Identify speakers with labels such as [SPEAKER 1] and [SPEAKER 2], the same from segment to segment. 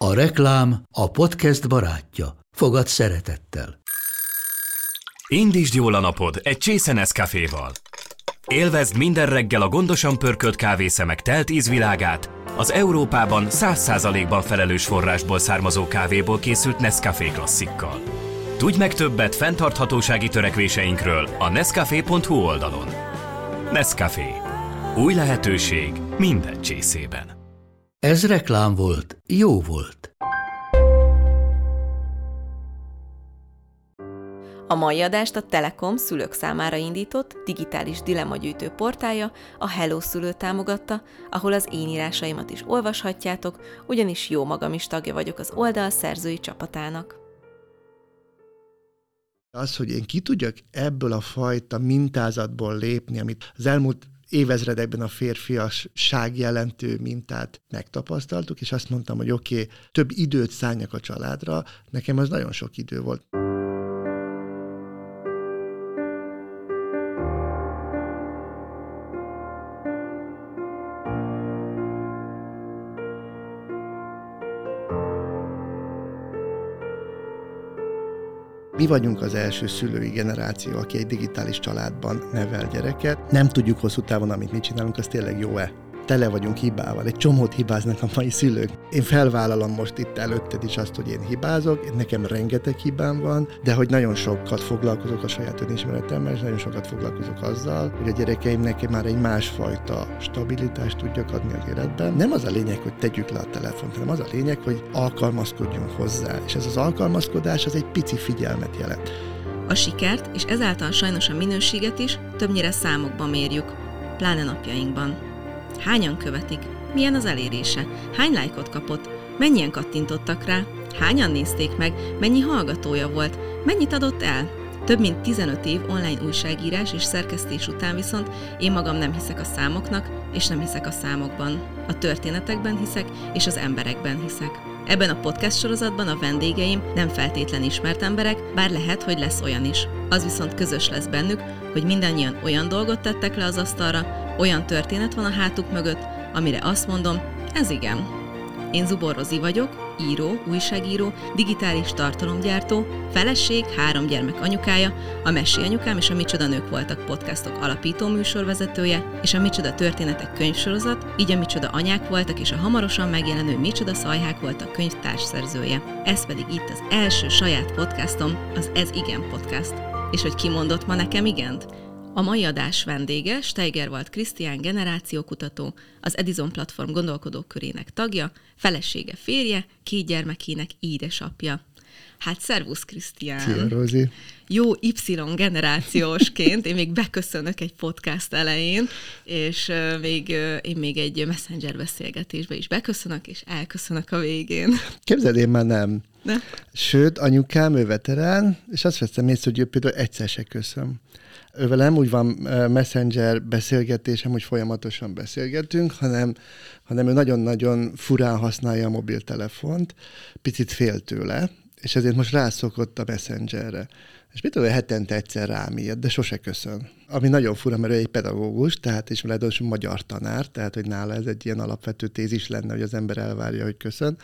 [SPEAKER 1] A reklám a podcast barátja. Fogad szeretettel.
[SPEAKER 2] Indítsd jól a napod egy csésze Nescaféval. Élvezd minden reggel a gondosan pörkölt kávészemek telt ízvilágát, az Európában 100%-ban felelős forrásból származó kávéból készült Nescafé klasszikkal. Tudj meg többet fenntarthatósági törekvéseinkről a nescafé.hu oldalon. Nescafé. Új lehetőség minden csészében.
[SPEAKER 1] Ez reklám volt, jó volt.
[SPEAKER 3] A mai adást a Telekom szülők számára indított digitális dilemmagyűjtő portálja, a Hello Szülő támogatta, ahol az én írásaimat is olvashatjátok, ugyanis jó magam is tagja vagyok az oldal szerzői csapatának.
[SPEAKER 4] Az, hogy én ki tudjak ebből a fajta mintázatból lépni, amit az elmúlt évezredekben a férfiasság jelentő mintát megtapasztaltuk, és azt mondtam, hogy oké, több időt szálljak a családra, nekem az nagyon sok idő volt. Mi vagyunk az első szülői generáció, aki egy digitális családban nevel gyereket. Nem tudjuk hosszú távon, amit mi csinálunk, az tényleg jó-e. Tele vagyunk hibával, egy csomót hibáznak a mai szülők. Én felvállalom most itt előtted is azt, hogy én hibázok, nekem rengeteg hibám van, de hogy nagyon sokat foglalkozok a saját önismeretemmel, és nagyon sokat foglalkozok azzal, hogy a gyerekeimnek már egy másfajta stabilitást tudjak adni az életben. Nem az a lényeg, hogy tegyük le a telefont, hanem az a lényeg, hogy alkalmazkodjunk hozzá. És ez az alkalmazkodás az egy pici figyelmet jelent.
[SPEAKER 3] A sikert, és ezáltal sajnos a minőséget is többnyire számokban mérjük, pláne napjainkban. Hányan követik? Milyen az elérése? Hány lájkot kapott? Mennyien kattintottak rá? Hányan nézték meg? Mennyi hallgatója volt? Mennyit adott el? Több mint 15 év online újságírás és szerkesztés után viszont én magam nem hiszek a számoknak, és nem hiszek a számokban. A történetekben hiszek, és az emberekben hiszek. Ebben a podcast sorozatban a vendégeim nem feltétlen ismert emberek, bár lehet, hogy lesz olyan is. Az viszont közös lesz bennük, hogy mindannyian olyan dolgot tettek le az asztalra, olyan történet van a hátuk mögött, amire azt mondom, ez igen. Én Zubor Rozi vagyok, író, újságíró, digitális tartalomgyártó, feleség, 3 gyermek anyukája, a Mesélyanyukám és a Micsoda Nők Voltak podcastok alapító műsorvezetője, és a Micsoda Történetek könyvsorozat, így a Micsoda Anyák Voltak és a hamarosan megjelenő Micsoda Szajhák Voltak könyv társszerzője. Ez pedig itt az első saját podcastom, az Ez Igen podcast. És hogy ki mondott ma nekem igent? A mai adás vendége Steigerwald Krisztián generációkutató, az Edison Platform gondolkodókörének tagja, felesége, férje, 2 gyermekének édesapja. Hát szervusz, Krisztián!
[SPEAKER 4] Szia, Rózi!
[SPEAKER 3] Jó Y-generációsként én még beköszönök egy podcast elején, és én még egy messenger beszélgetésbe is beköszönök, és elköszönök a végén.
[SPEAKER 4] Képzeld, én már nem.
[SPEAKER 3] Ne?
[SPEAKER 4] Sőt, anyukám, ő veterán, és azt veszem észre, hogy ő például egyszer se köszön. Ővel nem úgy van messenger beszélgetésem, hogy folyamatosan beszélgetünk, hanem ő nagyon-nagyon furán használja a mobiltelefont, picit fél tőle, és ezért most rászokott a messengerre. És mit tudom, hetente egyszer rám írt, de sose köszön. Ami nagyon fura, mert ő egy pedagógus, tehát és ráadásul magyar tanár, tehát hogy nála ez egy ilyen alapvető tézis lenne, hogy az ember elvárja, hogy köszön.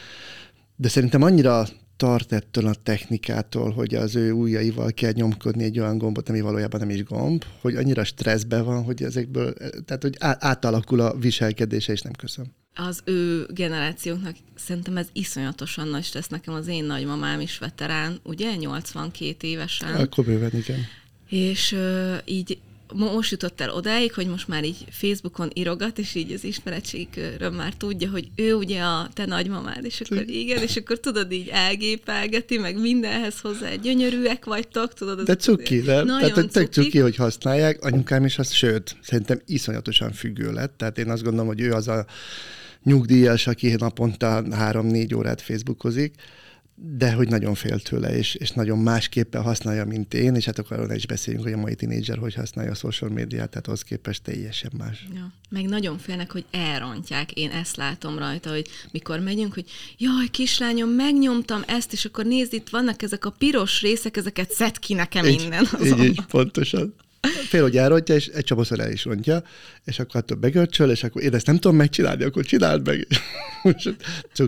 [SPEAKER 4] De szerintem annyira tart ettől a technikától, hogy az ő ujjaival kell nyomkodni egy olyan gombot, ami valójában nem is gomb, hogy annyira stresszben van, hogy ezekből, tehát hogy átalakul a viselkedése, és nem köszön.
[SPEAKER 3] Az ő generációknak szerintem ez iszonyatosan nagy stressz. Nekem az én nagymamám is veterán, ugye? 82 évesen.
[SPEAKER 4] Akkor bőven, igen.
[SPEAKER 3] És így most jutott el odáig, hogy most már így Facebookon írogat, és így az ismeretségi köröm már tudja, hogy ő ugye a te nagymamád, és akkor igen, és akkor tudod, így elgépelgeti, meg mindenhez hozzá gyönyörűek vagytok, tudod.
[SPEAKER 4] De cuki, nem?
[SPEAKER 3] Nagyon
[SPEAKER 4] Tehát tök cuki, hogy használják. Anyukám is az, sőt, szerintem iszonyatosan függő lett. Tehát én azt gondolom, hogy ő az a nyugdíjas, aki naponta 3-4 órát Facebookozik, de hogy nagyon fél tőle, és nagyon másképpen használja, mint én, és hát akkor arról is beszéljünk, hogy a mai tínédzser hogy használja a social médiát, tehát ahhoz képest teljesen más.
[SPEAKER 3] Ja. Meg nagyon félnek, hogy elrontják. Én ezt látom rajta, hogy mikor megyünk, hogy jaj, kislányom, megnyomtam ezt, és akkor nézd, itt vannak ezek a piros részek, ezeket szedd ki nekem innen.
[SPEAKER 4] Így, pontosan. Fél, hogy elrontja, és egy csomószor el is rontja, és akkor attól begörcsöl, és akkor én ezt nem tudom megcsinálni, akkor csináld meg. Cuki.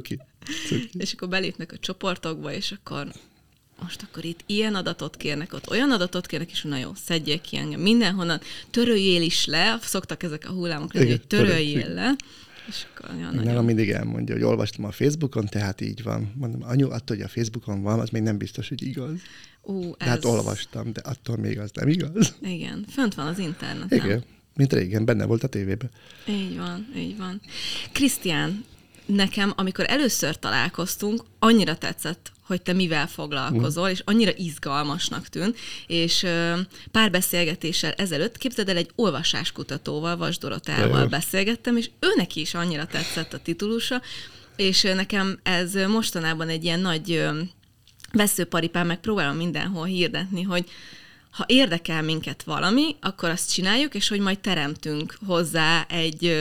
[SPEAKER 3] És akkor belépnek a csoportokba, és akkor most akkor itt ilyen adatot kérnek, ott olyan adatot kérnek, és na jó, szedjék ki engem mindenhonnan, töröljél is le, szoktak ezek a hullámok lenni, hogy töröljél le. És akkor
[SPEAKER 4] nagyon... mindig elmondja, hogy olvastam a Facebookon, tehát így van. Mondom, anyu, attól, hogy a Facebookon van, az még nem biztos, hogy igaz. Hát olvastam, de attól még az nem igaz.
[SPEAKER 3] Igen, fönt van az interneten.
[SPEAKER 4] Igen, mint régen, benne volt a tévében.
[SPEAKER 3] Így van. Krisztián, nekem, amikor először találkoztunk, annyira tetszett, hogy te mivel foglalkozol, és annyira izgalmasnak tűnt, és pár beszélgetéssel ezelőtt, képzeld el, egy olvasáskutatóval, Vas Dorotával beszélgettem, és őnek is annyira tetszett a titulusa, és nekem ez mostanában egy ilyen nagy veszőparipán, meg próbálom mindenhol hirdetni, hogy ha érdekel minket valami, akkor azt csináljuk, és hogy majd teremtünk hozzá egy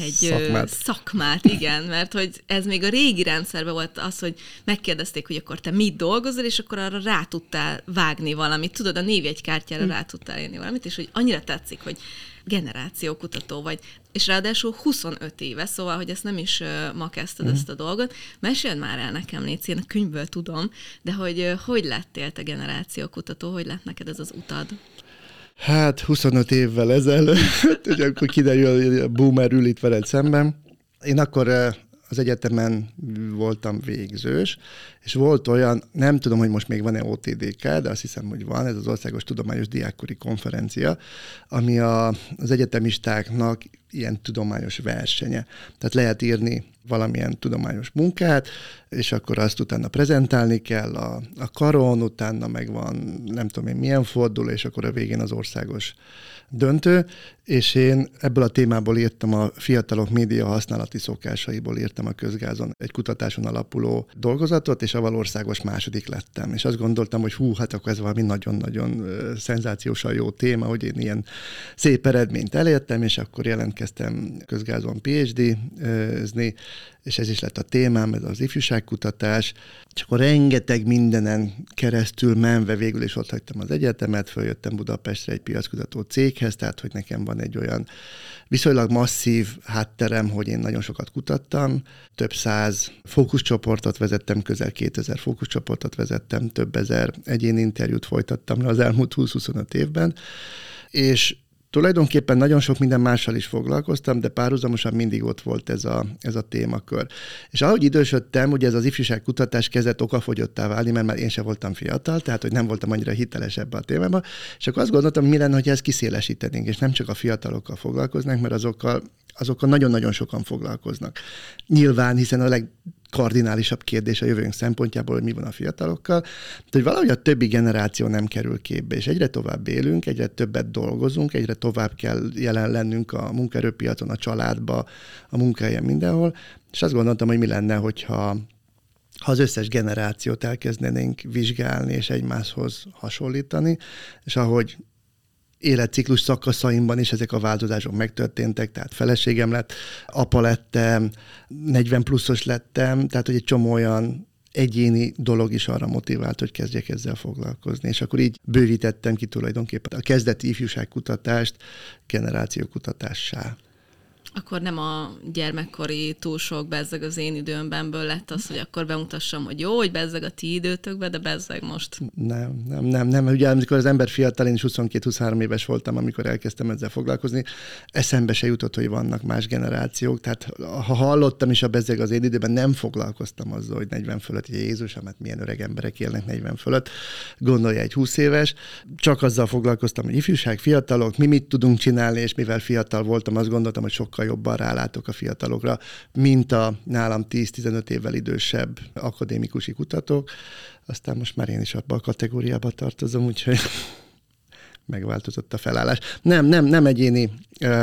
[SPEAKER 3] szakmát, igen, mert hogy ez még a régi rendszerben volt az, hogy megkérdezték, hogy akkor te mit dolgozol, és akkor arra rá tudtál vágni valamit, tudod, a névjegykártyára rá tudtál írni valamit, és hogy annyira tetszik, hogy generációkutató vagy, és ráadásul 25 éve, szóval, hogy ezt nem is ma kezdted ezt a dolgot. Meséld már el nekem, Léci, én a könyvből tudom, de hogy lettél te generációkutató, hogy lett neked ez az utad?
[SPEAKER 4] Hát 25 évvel ezelőtt, hogy akkor kiderül, hogy a boomer ül itt veled szemben. Én akkor az egyetemen voltam végzős, és volt olyan, nem tudom, hogy most még van-e OTDK, de azt hiszem, hogy van, ez az Országos Tudományos Diákkori Konferencia, ami az egyetemistáknak ilyen tudományos versenye. Tehát lehet írni valamilyen tudományos munkát, és akkor azt utána prezentálni kell a karon, utána meg van nem tudom én milyen forduló, és akkor a végén az országos döntő, és én ebből a témából írtam, a fiatalok média használati szokásaiból írtam a Közgázon egy kutatáson alapuló dolgozatot, és avval országos második lettem. És azt gondoltam, hogy hát akkor ez valami nagyon-nagyon szenzációsan jó téma, hogy én ilyen szép eredményt elértem, és akkor jelentkeztem Közgázon PhD-zni, és ez is lett a témám, ez az ifjúságkutatás, és akkor rengeteg mindenen keresztül menve végül is ott hagytam az egyetemet, följöttem Budapestre egy piackutató céghez, tehát hogy nekem van egy olyan viszonylag masszív hátterem, hogy én nagyon sokat kutattam, több 100 fókuszcsoportot vezettem, közel 2000 fókuszcsoportot vezettem, több ezer egyéni interjút folytattam le az elmúlt 20-25 évben, és tulajdonképpen nagyon sok minden mással is foglalkoztam, de párhuzamosan mindig ott volt ez a témakör. És ahogy idősödtem, ugye ez az ifjúságkutatás kezdett okafogyottá válni, mert már én sem voltam fiatal, tehát hogy nem voltam annyira hiteles ebbe a témába, és akkor azt gondoltam, mi lenne, hogy ezt kiszélesítenénk, és nem csak a fiatalokkal foglalkoznánk, mert azokkal nagyon-nagyon sokan foglalkoznak. Nyilván, hiszen a legkardinálisabb kérdés a jövőnk szempontjából, hogy mi van a fiatalokkal, hogy valahogy a többi generáció nem kerül képbe, és egyre tovább élünk, egyre többet dolgozunk, egyre tovább kell jelen lennünk a munkaerőpiacon, a családba, a munkahelyen, mindenhol, és azt gondoltam, hogy mi lenne, hogyha az összes generációt elkezdenénk vizsgálni és egymáshoz hasonlítani, és ahogy életciklus szakaszaimban is ezek a változások megtörténtek, tehát feleségem lett, apa lettem, 40 pluszos lettem, tehát hogy egy csomó olyan egyéni dolog is arra motivált, hogy kezdjek ezzel foglalkozni. És akkor így bővítettem ki tulajdonképpen a kezdeti ifjúságkutatást generációkutatássá.
[SPEAKER 3] Akkor nem a gyermekkori túl sok bezzeg az én időmbenből lett az, hogy akkor bemutassam, hogy jó, hogy bezzeg a ti időtökbe, de bezzeg most.
[SPEAKER 4] Nem. Ugye amikor az ember fiatal, én is 22-23 éves voltam, amikor elkezdtem ezzel foglalkozni, eszembe se jutott, hogy vannak más generációk. Tehát ha hallottam is a bezzeg az én időben, nem foglalkoztam azzal, hogy 40 fölött, Jézusom, hát milyen öreg emberek élnek 40 fölött, gondolja egy 20 éves. Csak azzal foglalkoztam, hogy ifjúság, fiatalok, mi mit tudunk csinálni, és mivel fiatal voltam, azt gondoltam, hogy sokkal jobban rálátok a fiatalokra, mint a nálam 10-15 évvel idősebb akadémikusi kutatók. Aztán most már én is abban a kategóriába tartozom, úgyhogy megváltozott a felállás. Nem egyéni...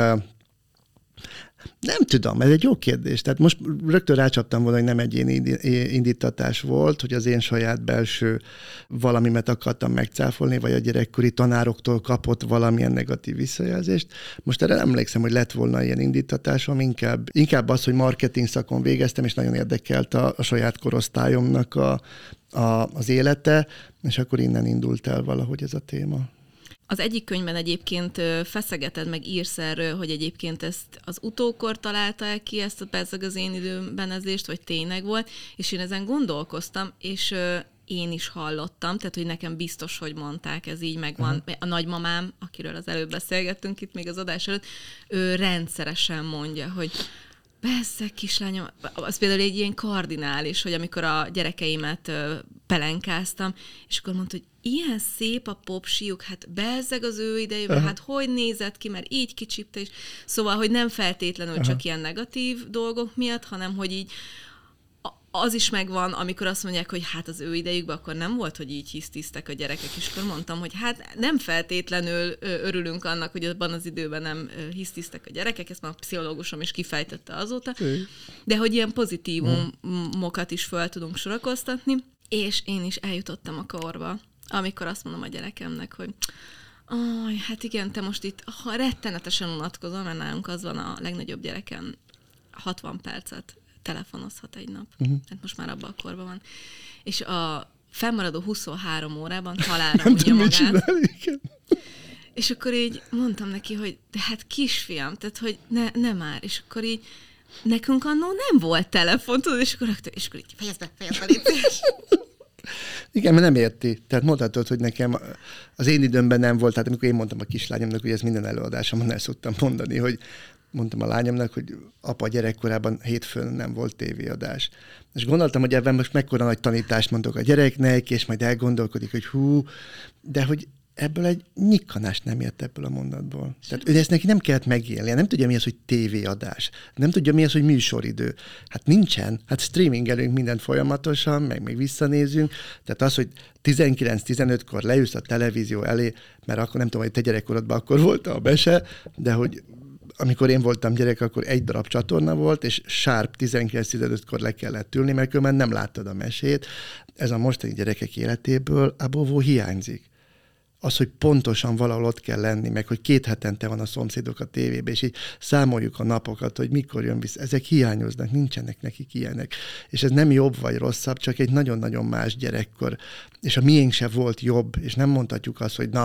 [SPEAKER 4] Nem tudom, ez egy jó kérdés. Tehát most rögtön rácsaptam volna, hogy nem egyéni indítatás volt, hogy az én saját belső valamimet akartam megcáfolni, vagy a gyerekkori tanároktól kapott valamilyen negatív visszajelzést. Most erre emlékszem, hogy lett volna ilyen indítatásom, inkább az, hogy marketing szakon végeztem, és nagyon érdekelt a saját korosztályomnak az élete, és akkor innen indult el valahogy ez a téma.
[SPEAKER 3] Az egyik könyvben egyébként feszegeted, meg írsz erről, hogy egyébként ezt az utókor találta ki, ezt a Bezzeg az én időbenezést, vagy tényleg volt, és én ezen gondolkoztam, és én is hallottam, tehát hogy nekem biztos, hogy mondták, ez így megvan. A nagymamám, akiről az előbb beszélgettünk itt még az adás előtt, ő rendszeresen mondja, hogy persze, kislányom, az például egy ilyen kardinális, hogy amikor a gyerekeimet pelenkáztam, és akkor mondta, hogy ilyen szép a popsiuk, hát bezzeg az ő idejében, hát hogy nézett ki, mert így kicsipte is. Szóval, hogy nem feltétlenül csak ilyen negatív dolgok miatt, hanem hogy így az is megvan, amikor azt mondják, hogy hát az ő idejükben akkor nem volt, hogy így hisztisztek a gyerekek, és akkor mondtam, hogy hát nem feltétlenül örülünk annak, hogy abban az időben nem hisztisztek a gyerekek, ezt már a pszichológusom is kifejtette azóta, de hogy ilyen pozitívumokat is fel tudunk sorakoztatni, és én is eljutottam a korba, amikor azt mondom a gyerekemnek, hogy hát igen, te most itt rettenetesen unatkozol, mert nálunk az van a legnagyobb gyerekem, 60 percet telefonozhat egy nap. Hát most már abban a korban van. És a fennmaradó 23 órában halálra mondja magát. És akkor így mondtam neki, hogy de hát kisfiam, tehát hogy ne már. És akkor így nekünk annól nem volt telefon, tudod, és akkor így fejezd be,
[SPEAKER 4] Igen, mert nem érti. Tehát mondhatod, hogy nekem az én időmben nem volt, tehát amikor én mondtam a kislányomnak, hogy ez minden előadásomon el szoktam mondani, hogy mondtam a lányomnak, hogy apa gyerekkorában hétfőn nem volt tévéadás. És gondoltam, hogy ebben most mekkora nagy tanítást mondok a gyereknek, és majd elgondolkodik, hogy de hogy ebből egy nyikkanást nem ért ebből a mondatból. Tehát ezt neki nem kellett megélni. Nem tudja, mi az, hogy tévéadás. Nem tudja, mi az, hogy műsoridő. Hát nincsen. Hát streamingelünk mindent folyamatosan, meg visszanézünk. Tehát az, hogy 19-15-kor leülsz a televízió elé, mert akkor nem tudom, hogy te gyerekkorodban akkor volt a mese, de hogy amikor én voltam gyerek, akkor egy darab csatorna volt, és sharp 19-15-kor le kellett ülni, mert különben nem láttad a mesét. Ez a mostani gyerekek életéből abból hiányzik. Az, hogy pontosan valahol ott kell lenni, meg hogy 2 hetente van a szomszédok a tévében, és így számoljuk a napokat, hogy mikor jön vissza. Ezek hiányoznak, nincsenek nekik ilyenek. És ez nem jobb vagy rosszabb, csak egy nagyon-nagyon más gyerekkor. És a miénk se volt jobb, és nem mondhatjuk azt, hogy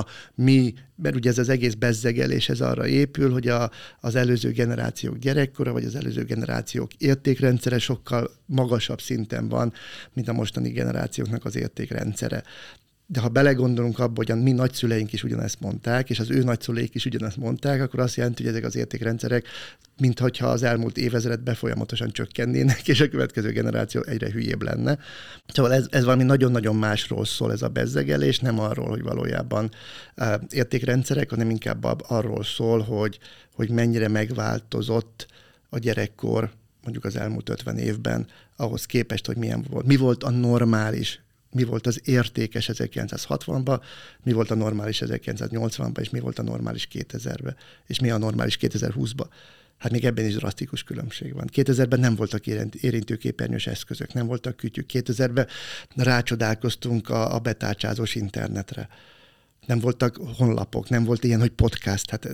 [SPEAKER 4] mert ugye ez az egész bezzegelés, ez arra épül, hogy az előző generációk gyerekkora, vagy az előző generációk értékrendszere sokkal magasabb szinten van, mint a mostani generációknak az értékrendszere. De ha belegondolunk abba, hogy a mi nagyszüleink is ugyanezt mondták, és az ő nagyszüleik is ugyanezt mondták, akkor azt jelenti, hogy ezek az értékrendszerek, minthogyha az elmúlt évezredben folyamatosan csökkennének, és a következő generáció egyre hülyébb lenne. Szóval ez valami nagyon-nagyon másról szól ez a bezzegelés, nem arról, hogy valójában értékrendszerek, hanem inkább arról szól, hogy mennyire megváltozott a gyerekkor, mondjuk az elmúlt 50 évben, ahhoz képest, hogy milyen volt. Mi volt a normális, mi volt az értékes 1960-ban, mi volt a normális 1980-ban, és mi volt a normális 2000-ben, és mi a normális 2020-ban. Hát még ebben is drasztikus különbség van. 2000-ben nem voltak érintőképernyős eszközök, nem voltak kütyük. 2000-ben rácsodálkoztunk a betárcsázós internetre. Nem voltak honlapok, nem volt ilyen, hogy podcast. Hát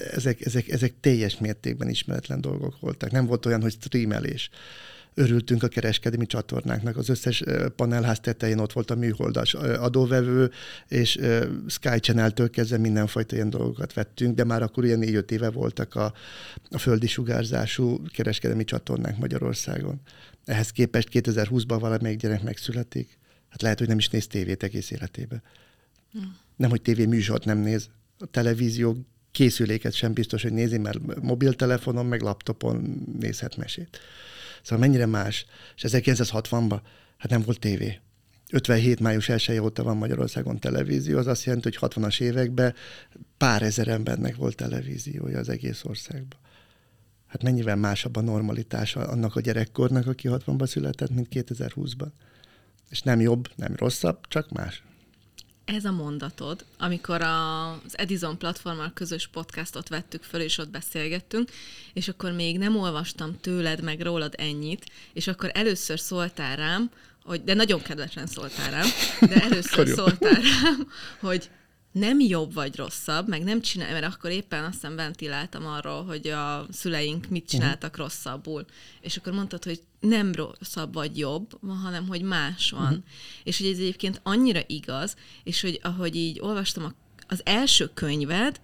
[SPEAKER 4] ezek teljes mértékben ismeretlen dolgok voltak. Nem volt olyan, hogy streamelés. Örültünk a kereskedelmi csatornáknak. Az összes panelház tetején ott volt a műholdas adóvevő, és Sky Channel-től kezdve mindenfajta ilyen dolgokat vettünk, de már akkor ilyen 4-5 éve voltak a földi sugárzású kereskedelmi csatornák Magyarországon. Ehhez képest 2020-ban valamelyik gyerek megszületik. Hát lehet, hogy nem is néz tévét egész életébe. Nem, hogy tévéműsort nem néz. A televízió készüléket sem biztos, hogy nézi, mert mobiltelefonon, meg laptopon nézhet mesét. Szóval mennyire más. És 1960-ban hát nem volt tévé. 57. május 1 óta van Magyarországon televízió, az azt jelenti, hogy 60-as években pár ezer embernek volt televíziója az egész országban. Hát mennyivel másabb a normalitása annak a gyerekkornak, aki 60-ban született, mint 2020-ban. És nem jobb, nem rosszabb, csak más.
[SPEAKER 3] Ez a mondatod, amikor az Edison platformmal közös podcastot vettük föl, és ott beszélgettünk, és akkor még nem olvastam tőled meg rólad ennyit, és akkor először szóltál rám, de nagyon kedvesen szóltál rám, de először szóltál rám, hogy nem jobb vagy rosszabb, meg nem csinálj, mert akkor éppen azt hiszem ventiláltam arról, hogy a szüleink mit csináltak rosszabbul. És akkor mondtad, hogy nem rosszabb vagy jobb, hanem hogy más van. És hogy ez egyébként annyira igaz, és hogy ahogy így olvastam a az első könyved,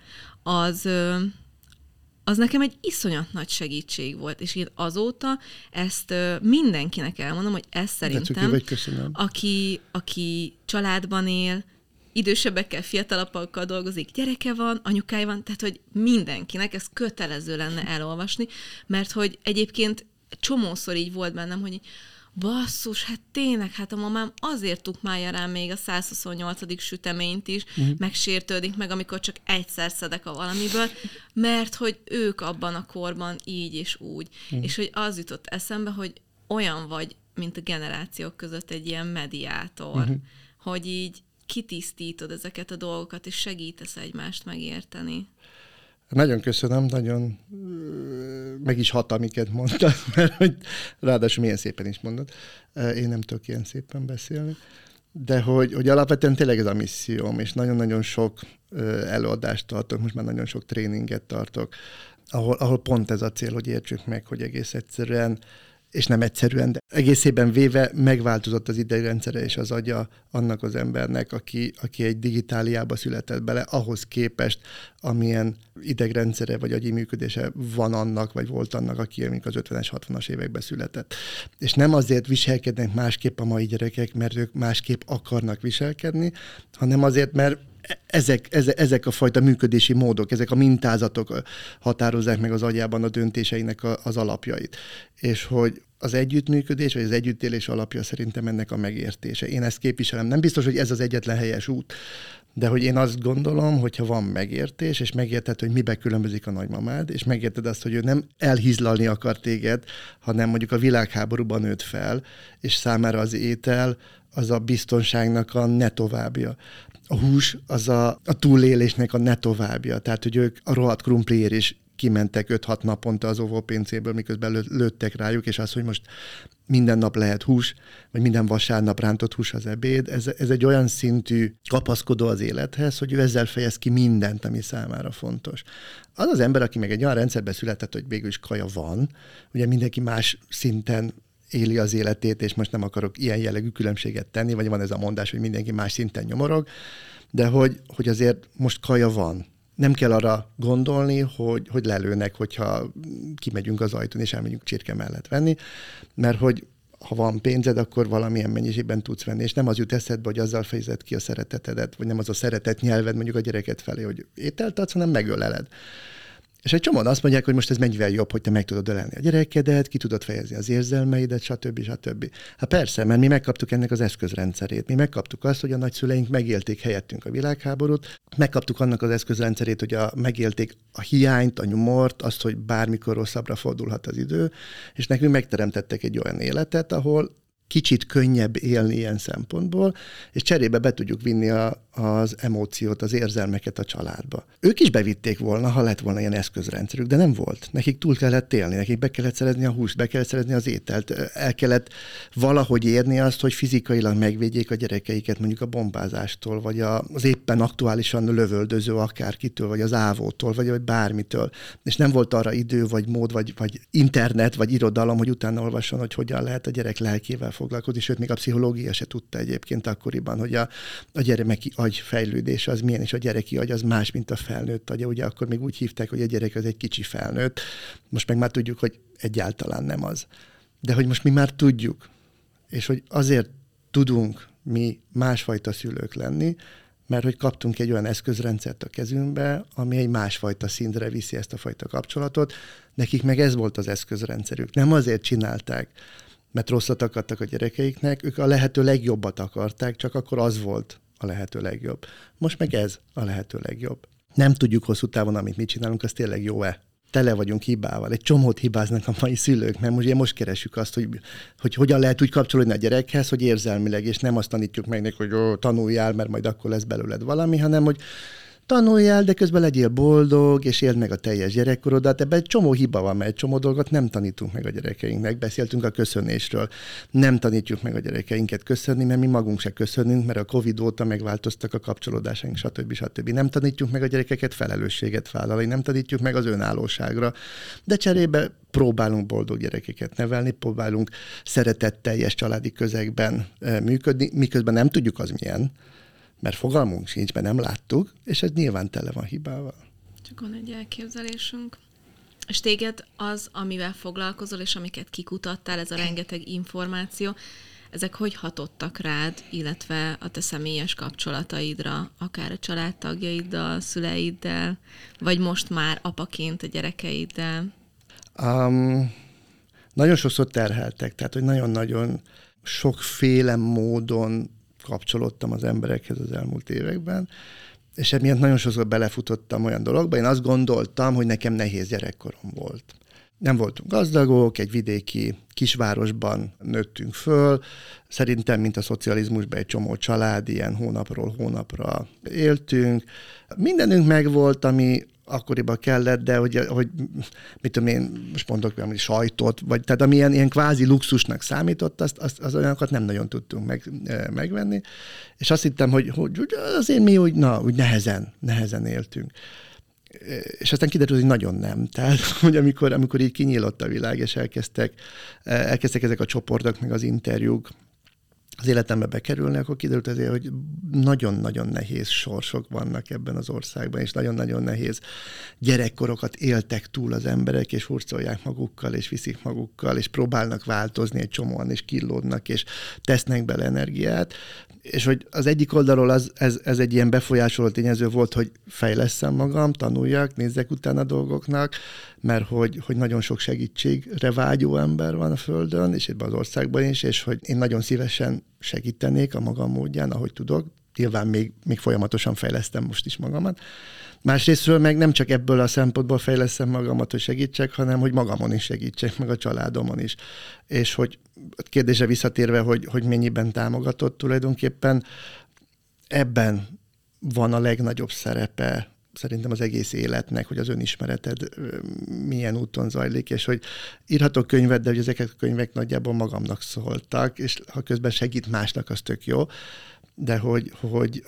[SPEAKER 3] az nekem egy iszonyat nagy segítség volt, és én azóta ezt mindenkinek elmondom, hogy ez szerintem, aki családban él, idősebbekkel, fiatalabbakkal dolgozik, gyereke van, anyukája van, tehát hogy mindenkinek ez kötelező lenne elolvasni, mert hogy egyébként csomószor így volt bennem, hogy basszus, hát tényleg, hát a mamám azért tukmálja rám még a 128. süteményt is, megsértődik meg, amikor csak egyszer szedek a valamiből, mert hogy ők abban a korban így és úgy. És hogy az jutott eszembe, hogy olyan vagy, mint a generációk között egy ilyen mediátor, hogy így kitisztítod ezeket a dolgokat, és segítesz egymást megérteni.
[SPEAKER 4] Nagyon köszönöm, nagyon meg is hat, amiket mondtad, mert hogy ráadásul milyen szépen is mondod. Én nem tudok ilyen szépen beszélni. De hogy alapvetően tényleg ez a misszióm, és nagyon-nagyon sok előadást tartok, most már nagyon sok tréninget tartok, ahol pont ez a cél, hogy értsük meg, hogy egész egyszerűen, és nem egyszerűen, de egészében véve megváltozott az idegrendszere és az agya annak az embernek, aki egy digitáliába született bele, ahhoz képest, amilyen idegrendszere vagy agyi működése van annak, vagy volt annak, aki az 50-es, 60-as években született. És nem azért viselkednek másképp a mai gyerekek, mert ők másképp akarnak viselkedni, hanem azért, mert ezek a fajta működési módok, ezek a mintázatok határozzák meg az agyában a döntéseinek az alapjait. És hogy az együttműködés, vagy az együttélés alapja szerintem ennek a megértése. Én ezt képviselem. Nem biztos, hogy ez az egyetlen helyes út, de hogy én azt gondolom, hogyha van megértés, és megérted, hogy mibe különbözik a nagymamád, és megérted azt, hogy ő nem elhizlalni akar téged, hanem mondjuk a világháborúban nőtt fel, és számára az étel az a biztonságnak a ne továbbja. A hús az a túlélésnek a ne továbbja. Tehát, hogy ők a rohadt krumpliért is kimentek 5-6 naponta az óvópincéből, miközben lőttek rájuk, és az, hogy most minden nap lehet hús, vagy minden vasárnap rántott hús az ebéd, ez egy olyan szintű kapaszkodó az élethez, hogy ő ezzel fejez ki mindent, ami számára fontos. Az az ember, aki meg egy olyan rendszerben született, hogy végül is kaja van, ugye mindenki más szinten éli az életét, és most nem akarok ilyen jellegű különbséget tenni, vagy van ez a mondás, hogy mindenki más szinten nyomorog, de hogy azért most kaja van. Nem kell arra gondolni, hogy lelőnek, hogyha kimegyünk az ajtón, és elmegyünk csirke mellett venni, mert hogy ha van pénzed, akkor valamilyen mennyiségben tudsz venni, és nem az jut eszedbe, hogy azzal fejezed ki a szeretetedet, vagy nem az a szeretet nyelved mondjuk a gyereket felé, hogy ételt adsz, hanem megöleled. És egy csomóan azt mondják, hogy most ez mennyivel jobb, hogy te meg tudod ölelni a gyerekedet, ki tudod fejezni az érzelmeidet, stb. Hát persze, mert mi megkaptuk ennek az eszközrendszerét. Mi megkaptuk azt, hogy a nagyszüleink megélték helyettünk a világháborút, megkaptuk annak az eszközrendszerét, hogy megélték a hiányt, a nyomort, azt, hogy bármikor rosszabbra fordulhat az idő, és nekünk megteremtettek egy olyan életet, ahol kicsit könnyebb élni ilyen szempontból, és cserébe be tudjuk vinni az emóciót, az érzelmeket a családba. Ők is bevitték volna, ha lett volna ilyen eszközrendszerük, de nem volt. Nekik túl kellett élni, nekik be kellett szerezni a húst, be kellett szerezni az ételt, el kellett valahogy érni azt, hogy fizikailag megvédjék a gyerekeiket mondjuk a bombázástól, vagy az éppen aktuálisan lövöldöző akárkitől, vagy az ávótól, vagy bármitől. És nem volt arra idő, vagy mód, vagy internet, vagy irodalom, hogy utána olvasson, hogy hogyan lehet a gyerek lelkével foglalkozni, sőt, még a pszichológia se tudta egyébként akkoriban, hogy a gyermeki agy fejlődése az milyen, és a gyereki agy az más, mint a felnőtt agya. Ugye akkor még úgy hívták, hogy a gyerek az egy kicsi felnőtt. Most meg már tudjuk, hogy egyáltalán nem az. De hogy most mi már tudjuk, és hogy azért tudunk mi másfajta szülők lenni, mert hogy kaptunk egy olyan eszközrendszert a kezünkbe, ami egy másfajta szintre viszi ezt a fajta kapcsolatot. Nekik meg ez volt az eszközrendszerük. Nem azért csinálták, mert rosszat akartak a gyerekeiknek, ők a lehető legjobbat akarták, csak akkor az volt a lehető legjobb. Most meg ez a lehető legjobb. Nem tudjuk hosszú távon, amit mi csinálunk, az tényleg jó-e. Tele vagyunk hibával. Egy csomót hibáznak a mai szülők, mert most keresjük azt, hogy hogyan lehet úgy kapcsolódni a gyerekhez, hogy érzelmileg, és nem azt tanítjuk meg neki, hogy tanuljál, mert majd akkor lesz belőled valami, hanem hogy tanuljál, de közben legyél boldog, és éld meg a teljes gyerekkorodat. Ebben egy csomó hiba van, mert egy csomó dolgot nem tanítunk meg a gyerekeinknek. Beszéltünk a köszönésről. Nem tanítjuk meg a gyerekeinket köszönni, mert mi magunk se köszönünk, mert a Covid óta megváltoztak a kapcsolódásaink, stb. Nem tanítjuk meg a gyerekeket felelősséget vállalni, nem tanítjuk meg az önállóságra. De cserébe próbálunk boldog gyerekeket nevelni, próbálunk szeretetteljes családi közegben működni, miközben nem tudjuk az milyen, mert fogalmunk sincs, mert nem láttuk, és ez nyilván tele van hibával.
[SPEAKER 3] Csak van egy elképzelésünk. És téged az, amivel foglalkozol, és amiket kikutattál, ez a rengeteg információ, ezek hogy hatottak rád, illetve a te személyes kapcsolataidra, akár a családtagjaiddal, szüleiddel, vagy most már apaként a gyerekeiddel?
[SPEAKER 4] Nagyon sokszor terheltek, tehát hogy nagyon-nagyon sokféle módon kapcsolódtam az emberekhez az elmúlt években, és emiatt nagyon sokszor belefutottam olyan dologba. Én azt gondoltam, hogy nekem nehéz gyerekkorom volt. Nem voltunk gazdagok, egy vidéki kisvárosban nőttünk föl. Szerintem, mint a szocializmusban, egy csomó család, ilyen hónapról hónapra éltünk. Mindenünk megvolt, ami akkoriban kellett, de hogy mit tudom én, most mondok valami sajtot, vagy tehát ami ilyen kvázi luxusnak számított, az olyanokat nem nagyon tudtunk megvenni. És azt hittem, hogy azért mi úgy nehezen éltünk. És aztán kiderült, hogy nagyon nem. Tehát, hogy amikor így kinyílott a világ, és elkezdtek ezek a csoportok, meg az interjúk az életembe bekerülni, akkor kiderült azért, hogy nagyon-nagyon nehéz sorsok vannak ebben az országban, és nagyon-nagyon nehéz gyerekkorokat éltek túl az emberek, és hurcolják magukkal, és viszik magukkal, és próbálnak változni egy csomóan, és killódnak, és tesznek bele energiát. És hogy az egyik oldalról ez egy ilyen befolyásoló tényező volt, hogy fejlesszem magam, tanuljak, nézzek utána dolgoknak, mert hogy nagyon sok segítségre vágyó ember van a Földön, és ebben az országban is, és hogy én nagyon szívesen segítenék a magam módján, ahogy tudok. Nyilván még folyamatosan fejlesztem most is magamat. Másrésztről meg nem csak ebből a szempontból fejlesztem magamat, hogy segítsek, hanem hogy magamon is segítsek, meg a családomon is. És hogy kérdésre visszatérve, hogy mennyiben támogatott tulajdonképpen, ebben van a legnagyobb szerepe szerintem az egész életnek, hogy az önismereted milyen úton zajlik, és hogy írhatok könyvet, de hogy ezeket a könyvek nagyjából magamnak szóltak, és ha közben segít másnak, az tök jó, de hogy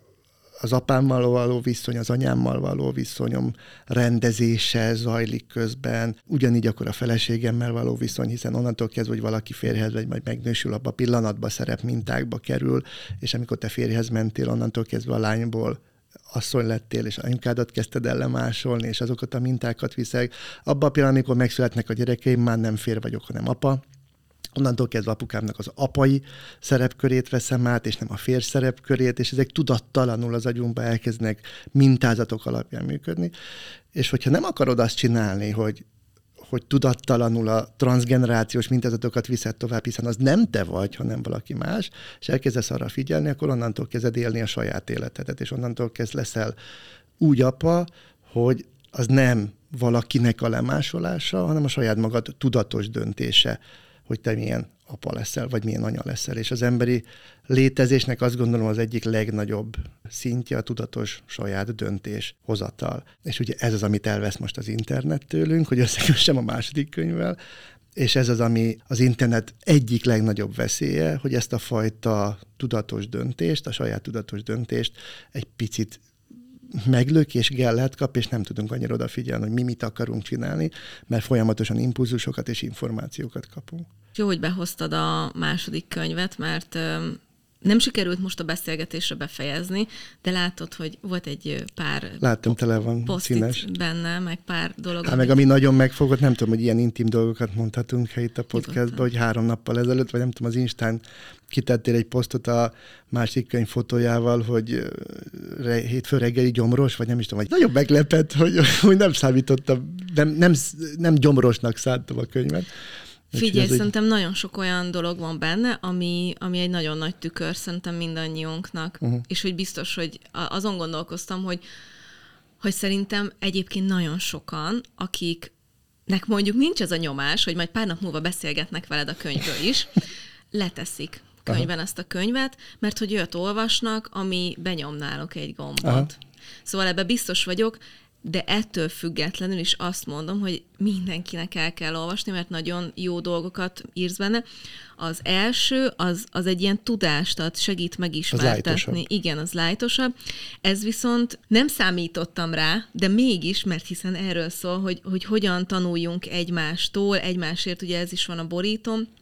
[SPEAKER 4] az apámmal való viszony, az anyámmal való viszonyom rendezése zajlik közben, ugyanígy akkor a feleségemmel való viszony, hiszen onnantól kezdve, hogy valaki férjhez vagy majd megnősül, abban a pillanatban szerepmintákba kerül, és amikor te férjhez mentél, onnantól kezdve a lányból asszony lettél, és anyukádat kezdted el lemásolni, és azokat a mintákat viszek. Abban a pillanatban, amikor megszületnek a gyerekeim, már nem férj vagyok, hanem apa. Onnantól kezdve apukámnak az apai szerepkörét veszem át, és nem a férj szerepkörét, és ezek tudattalanul az agyunkba elkezdenek mintázatok alapján működni. És hogyha nem akarod azt csinálni, hogy tudattalanul a transzgenerációs mintázatokat viszed tovább, hiszen az nem te vagy, hanem valaki más, és elkezdesz arra figyelni, akkor onnantól kezded élni a saját életedet, és onnantól kezd leszel úgy apa, hogy az nem valakinek a lemásolása, hanem a saját magad tudatos döntése, hogy te milyen apa leszel, vagy milyen anya leszel. És az emberi létezésnek azt gondolom az egyik legnagyobb szintje a tudatos saját döntés hozatal. És ugye ez az, amit elvesz most az internet tőlünk, hogy összekössem a második könyvvel, és ez az, ami az internet egyik legnagyobb veszélye, hogy ezt a fajta tudatos döntést, a saját tudatos döntést egy picit meglök és gellet kap, és nem tudunk annyira odafigyelni, hogy mi mit akarunk csinálni, mert folyamatosan impulzusokat és információkat kapunk.
[SPEAKER 3] Jó, hogy behoztad a második könyvet, mert nem sikerült most a beszélgetésre befejezni, de látod, hogy volt egy pár
[SPEAKER 4] láttam, tele van színes
[SPEAKER 3] benne, meg pár dolog.
[SPEAKER 4] Hát meg ami nagyon megfogott, nem tudom, hogy ilyen intim dolgokat mondhatunk itt a podcastban, hogy 3 nappal ezelőtt, vagy nem tudom, az Instán kitettél egy posztot a másik könyv fotójával, hogy hétfő reggeli gyomros, vagy nem is tudom, vagy nagyon meglepett, hogy nem számítottam, nem gyomrosnak szántam a könyvet.
[SPEAKER 3] Figyelj, szerintem nagyon sok olyan dolog van benne, ami egy nagyon nagy tükör szerintem mindannyiunknak, és hogy biztos, hogy azon gondolkoztam, hogy szerintem egyébként nagyon sokan, akiknek mondjuk nincs ez a nyomás, hogy majd pár nap múlva beszélgetnek veled a könyvről is, leteszik könyvben ezt a könyvet, mert hogy olyat olvasnak, ami benyom náluk egy gombot. Aha. Szóval ebbe biztos vagyok, de ettől függetlenül is azt mondom, hogy mindenkinek el kell olvasni, mert nagyon jó dolgokat írsz benne. Az első, az egy ilyen tudást ad, segít megismertetni. Igen, az lájtosabb. Ez viszont nem számítottam rá, de mégis, mert hiszen erről szól, hogy hogyan tanuljunk egymástól, egymásért, ugye ez is van a borítón,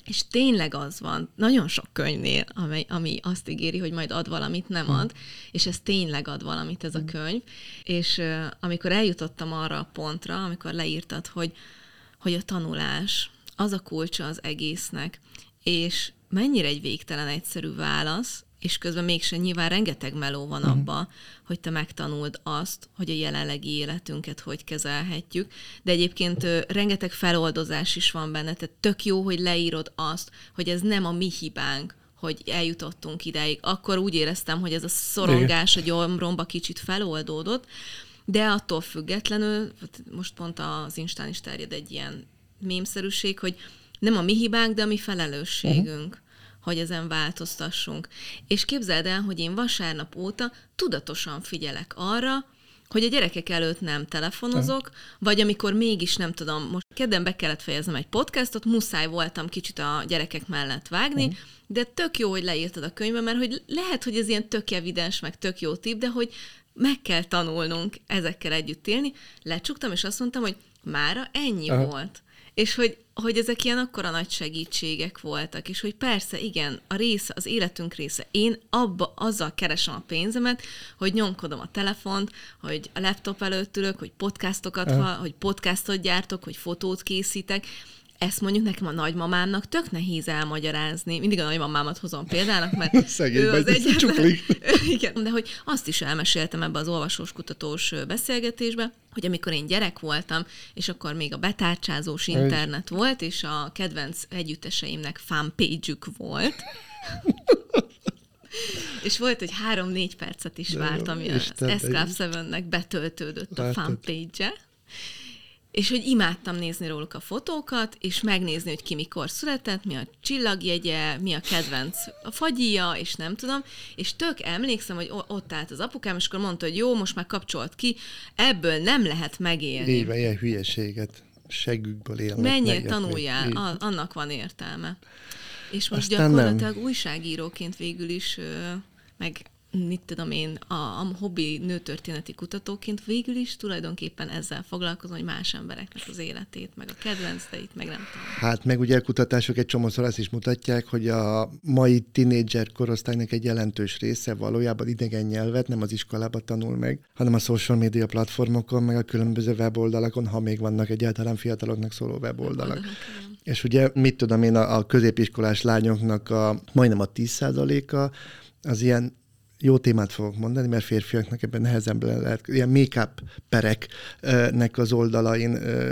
[SPEAKER 3] És tényleg az van, nagyon sok könyvnél, ami azt ígéri, hogy majd ad valamit, nem ad, és ez tényleg ad valamit ez a könyv. És amikor eljutottam arra a pontra, amikor leírtad, hogy a tanulás az a kulcsa az egésznek, és mennyire egy végtelen egyszerű válasz, és közben mégsem nyilván rengeteg meló van abba, hogy te megtanuld azt, hogy a jelenlegi életünket hogy kezelhetjük, de egyébként rengeteg feloldozás is van benne, tehát tök jó, hogy leírod azt, hogy ez nem a mi hibánk, hogy eljutottunk ideig. Akkor úgy éreztem, hogy ez a szorongás a gyomromba kicsit feloldódott, de attól függetlenül, most pont az Instán is terjed egy ilyen mémszerűség, hogy nem a mi hibánk, de a mi felelősségünk, hogy ezen változtassunk. És képzeld el, hogy én vasárnap óta tudatosan figyelek arra, hogy a gyerekek előtt nem telefonozok, vagy amikor mégis nem tudom, most kedden be kellett fejeznem egy podcastot, muszáj voltam kicsit a gyerekek mellett vágni, de tök jó, hogy leírtad a könyvbe, mert hogy lehet, hogy ez ilyen tök evidens, meg tök jó tipp, de hogy meg kell tanulnunk ezekkel együtt élni. Lecsuktam, és azt mondtam, hogy mára ennyi volt. És hogy ezek ilyen akkora nagy segítségek voltak, és hogy persze, igen, a része, az életünk része. Én azzal keresem a pénzemet, hogy nyomkodom a telefont, hogy a laptop előtt ülök, hogy hogy podcastot gyártok, hogy fotót készítek. Ezt mondjuk nekem a nagymamámnak tök nehéz elmagyarázni. Mindig a nagymamámat hozom példának, mert ő az egyetlen. Igen, de hogy azt is elmeséltem ebbe az olvasós-kutatós beszélgetésbe, hogy amikor én gyerek voltam, és akkor még a betárcsázós internet volt, és a kedvenc együtteseimnek fanpage-ük volt, és volt, hogy 3-4 percet is vártam, ami az Escape 7-nek betöltődött a fanpage-e, és hogy imádtam nézni róluk a fotókat, és megnézni, hogy ki mikor született, mi a csillagjegye, mi a kedvenc a fagyija, és nem tudom, és tök emlékszem, hogy ott állt az apukám, és akkor mondta, hogy jó, most már kapcsolt ki, ebből nem lehet megélni.
[SPEAKER 4] Így van, ilyen hülyeséget seggükből élnek.
[SPEAKER 3] Menjél, tanuljál, annak van értelme. És most aztán gyakorlatilag újságíróként végül is, meg mit tudom én, a hobbi nőtörténeti kutatóként végül is tulajdonképpen ezzel foglalkozom, hogy más embereknek az életét, meg a kedvenceit, meg nem tudom.
[SPEAKER 4] Hát meg ugye a kutatások egy csomószor azt is mutatják, hogy a mai tínédzser korosztálynak egy jelentős része valójában idegen nyelvet nem az iskolába tanul meg, hanem a social media platformokon, meg a különböző weboldalakon, ha még vannak egyáltalán fiataloknak szóló weboldalak. És ugye mit tudom én, a középiskolás lányoknak majdnem a 10%-a az ilyen, jó témát fogok mondani, mert férfiaknak ebben nehezebben lehet, ilyen make-up pereknek az oldalain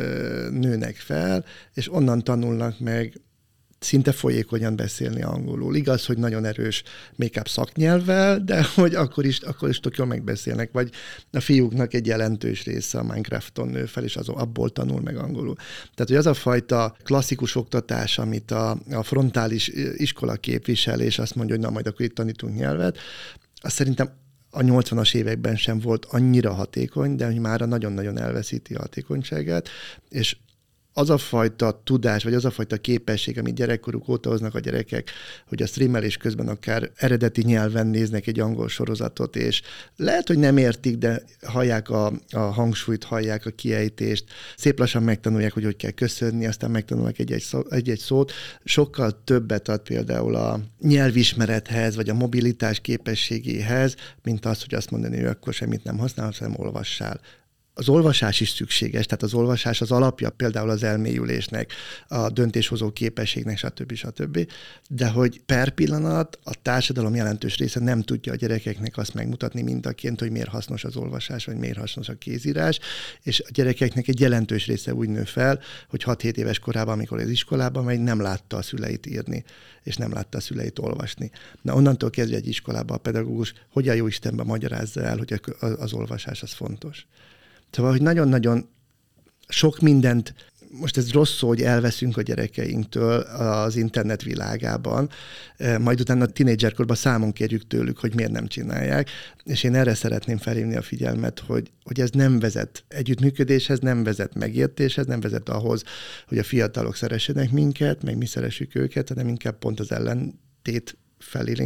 [SPEAKER 4] nőnek fel, és onnan tanulnak meg szinte folyékonyan beszélni angolul. Igaz, hogy nagyon erős make-up szaknyelvvel, de hogy akkor is tök jól megbeszélnek, vagy a fiúknak egy jelentős része a Minecrafton nő fel, és abból tanul meg angolul. Tehát, hogy az a fajta klasszikus oktatás, amit a frontális iskola képvisel, és azt mondja, hogy na, majd akkor itt tanítunk nyelvet, azt szerintem a 80-as években sem volt annyira hatékony, de hogy már nagyon-nagyon elveszíti a hatékonyságát, és az a fajta tudás, vagy az a fajta képesség, amit gyerekkoruk óta hoznak a gyerekek, hogy a streamelés közben akár eredeti nyelven néznek egy angol sorozatot, és lehet, hogy nem értik, de hallják a hangsúlyt, hallják a kiejtést, szép lassan megtanulják, hogy kell köszönni, aztán megtanulnak egy-egy szót. Sokkal többet ad például a nyelvismerethez, vagy a mobilitás képességéhez, mint az, hogy azt mondani, hogy akkor semmit nem használsz, hanem olvassál. Az olvasás is szükséges, tehát az olvasás az alapja például az elmélyülésnek, a döntéshozó képességnek, stb. De hogy per pillanat a társadalom jelentős része nem tudja a gyerekeknek azt megmutatni mintaként, hogy miért hasznos az olvasás, vagy miért hasznos a kézírás, és a gyerekeknek egy jelentős része úgy nő fel, hogy 6-7 éves korában, amikor az iskolában megy, nem látta a szüleit írni, és nem látta a szüleit olvasni. Na onnantól kezdve egy iskolában a pedagógus hogyan jó Istenben magyarázza el, hogy az olvasás az fontos. Szóval, hogy nagyon-nagyon sok mindent, most ez rossz szó, hogy elveszünk a gyerekeinktől az internet világában, majd utána a tínédzserkorban számon kérjük tőlük, hogy miért nem csinálják, és én erre szeretném felhívni a figyelmet, hogy ez nem vezet együttműködéshez, nem vezet megértéshez, nem vezet ahhoz, hogy a fiatalok szeressenek minket, meg mi szeressük őket, hanem inkább pont az ellentét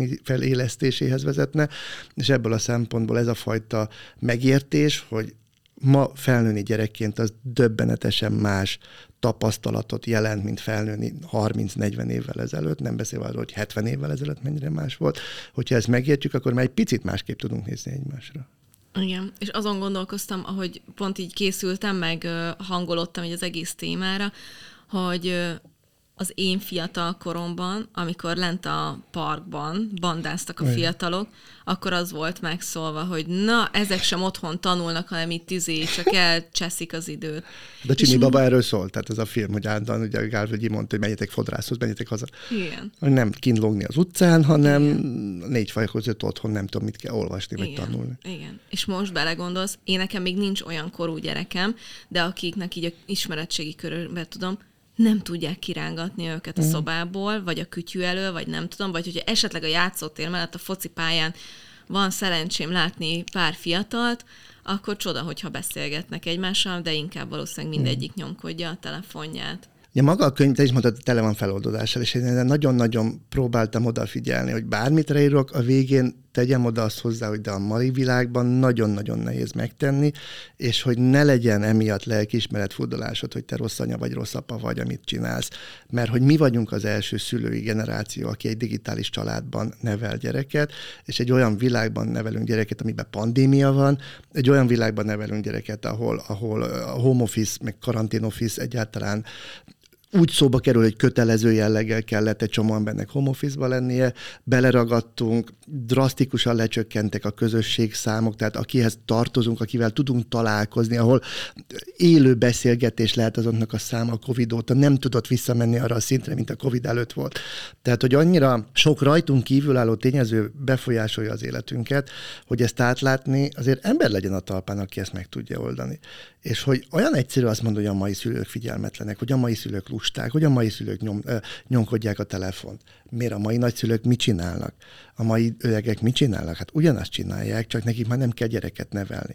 [SPEAKER 4] felélesztéséhez vezetne, és ebből a szempontból ez a fajta megértés, hogy ma felnőni gyerekként az döbbenetesen más tapasztalatot jelent, mint felnőni 30-40 évvel ezelőtt, nem beszélve arról, hogy 70 évvel ezelőtt mennyire más volt. Hogyha ezt megértjük, akkor már egy picit másképp tudunk nézni egymásra.
[SPEAKER 3] Igen, és azon gondolkoztam, ahogy pont így készültem, meg hangolottam így az egész témára, hogy az én fiatal koromban, amikor lent a parkban bandáztak a fiatalok, akkor az volt megszólva, hogy na, ezek sem otthon tanulnak, hanem itt csak elcseszik az időt.
[SPEAKER 4] De Csimi baba erről szólt, tehát ez a film, hogy állandóan ugye Gálvölgyi mondta, hogy menjetek fodrászhoz, menjetek haza.
[SPEAKER 3] Igen.
[SPEAKER 4] Nem kínlógni az utcán, hanem 4 faj között otthon nem tudom, mit kell olvasni, vagy tanulni.
[SPEAKER 3] Igen. És most belegondolsz, én nekem még nincs olyan korú gyerekem, de akiknek így a ismeretségi körülben tudom, nem tudják kirángatni őket a szobából, vagy a kütyű elől, vagy nem tudom, vagy hogyha esetleg a játszótér mellett a focipályán van szerencsém látni pár fiatalt, akkor csoda, hogyha beszélgetnek egymással, de inkább valószínűleg mindegyik nyomkodja a telefonját.
[SPEAKER 4] Ja, maga a könyv, te is mondtad, tele van feloldozással, és én nagyon-nagyon próbáltam odafigyelni, hogy bármit leírok, a végén tegyem oda azt hozzá, hogy de a mai világban nagyon-nagyon nehéz megtenni, és hogy ne legyen emiatt lelkiismeret furdalásod, hogy te rossz anya vagy rossz apa vagy, amit csinálsz. Mert hogy mi vagyunk az első szülői generáció, aki egy digitális családban nevel gyereket, és egy olyan világban nevelünk gyereket, amiben pandémia van, egy olyan világban nevelünk gyereket, ahol a home office, meg karantén office egyáltalán úgy szóba kerül, hogy kötelező jelleggel kellett egy csomó embernek home office-ba lennie, beleragadtunk, drasztikusan lecsökkentek a közösségszámok, tehát akihez tartozunk, akivel tudunk találkozni, ahol élő beszélgetés lehet azoknak a száma a Covid óta, nem tudott visszamenni arra a szintre, mint a Covid előtt volt. Tehát, hogy annyira sok rajtunk kívülálló tényező befolyásolja az életünket, hogy ezt átlátni, azért ember legyen a talpán, aki ezt meg tudja oldani. És hogy olyan egyszerű azt mondani, hogy a mai szülők figyelmetlenek, hogy a mai szülők lusták, hogy a mai szülők nyomkodják a telefont. Miért a mai nagyszülők mit csinálnak? A mai öregek mit csinálnak? Hát ugyanazt csinálják, csak nekik már nem kell gyereket nevelni.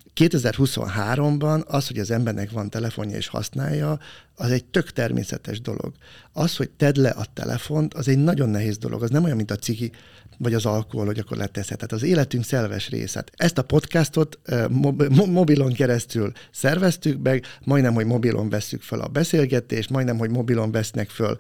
[SPEAKER 4] 2023-ban az, hogy az embernek van telefonja és használja, az egy tök természetes dolog. Az, hogy tedd le a telefont, az egy nagyon nehéz dolog. Az nem olyan, mint a cigi vagy az alkohol, hogy akkor leteszed. Tehát az életünk szelves része. Ezt a podcastot mobilon keresztül szerveztük meg, majdnem, hogy mobilon vesszük fel a beszélgetést, majdnem, hogy mobilon vesznek föl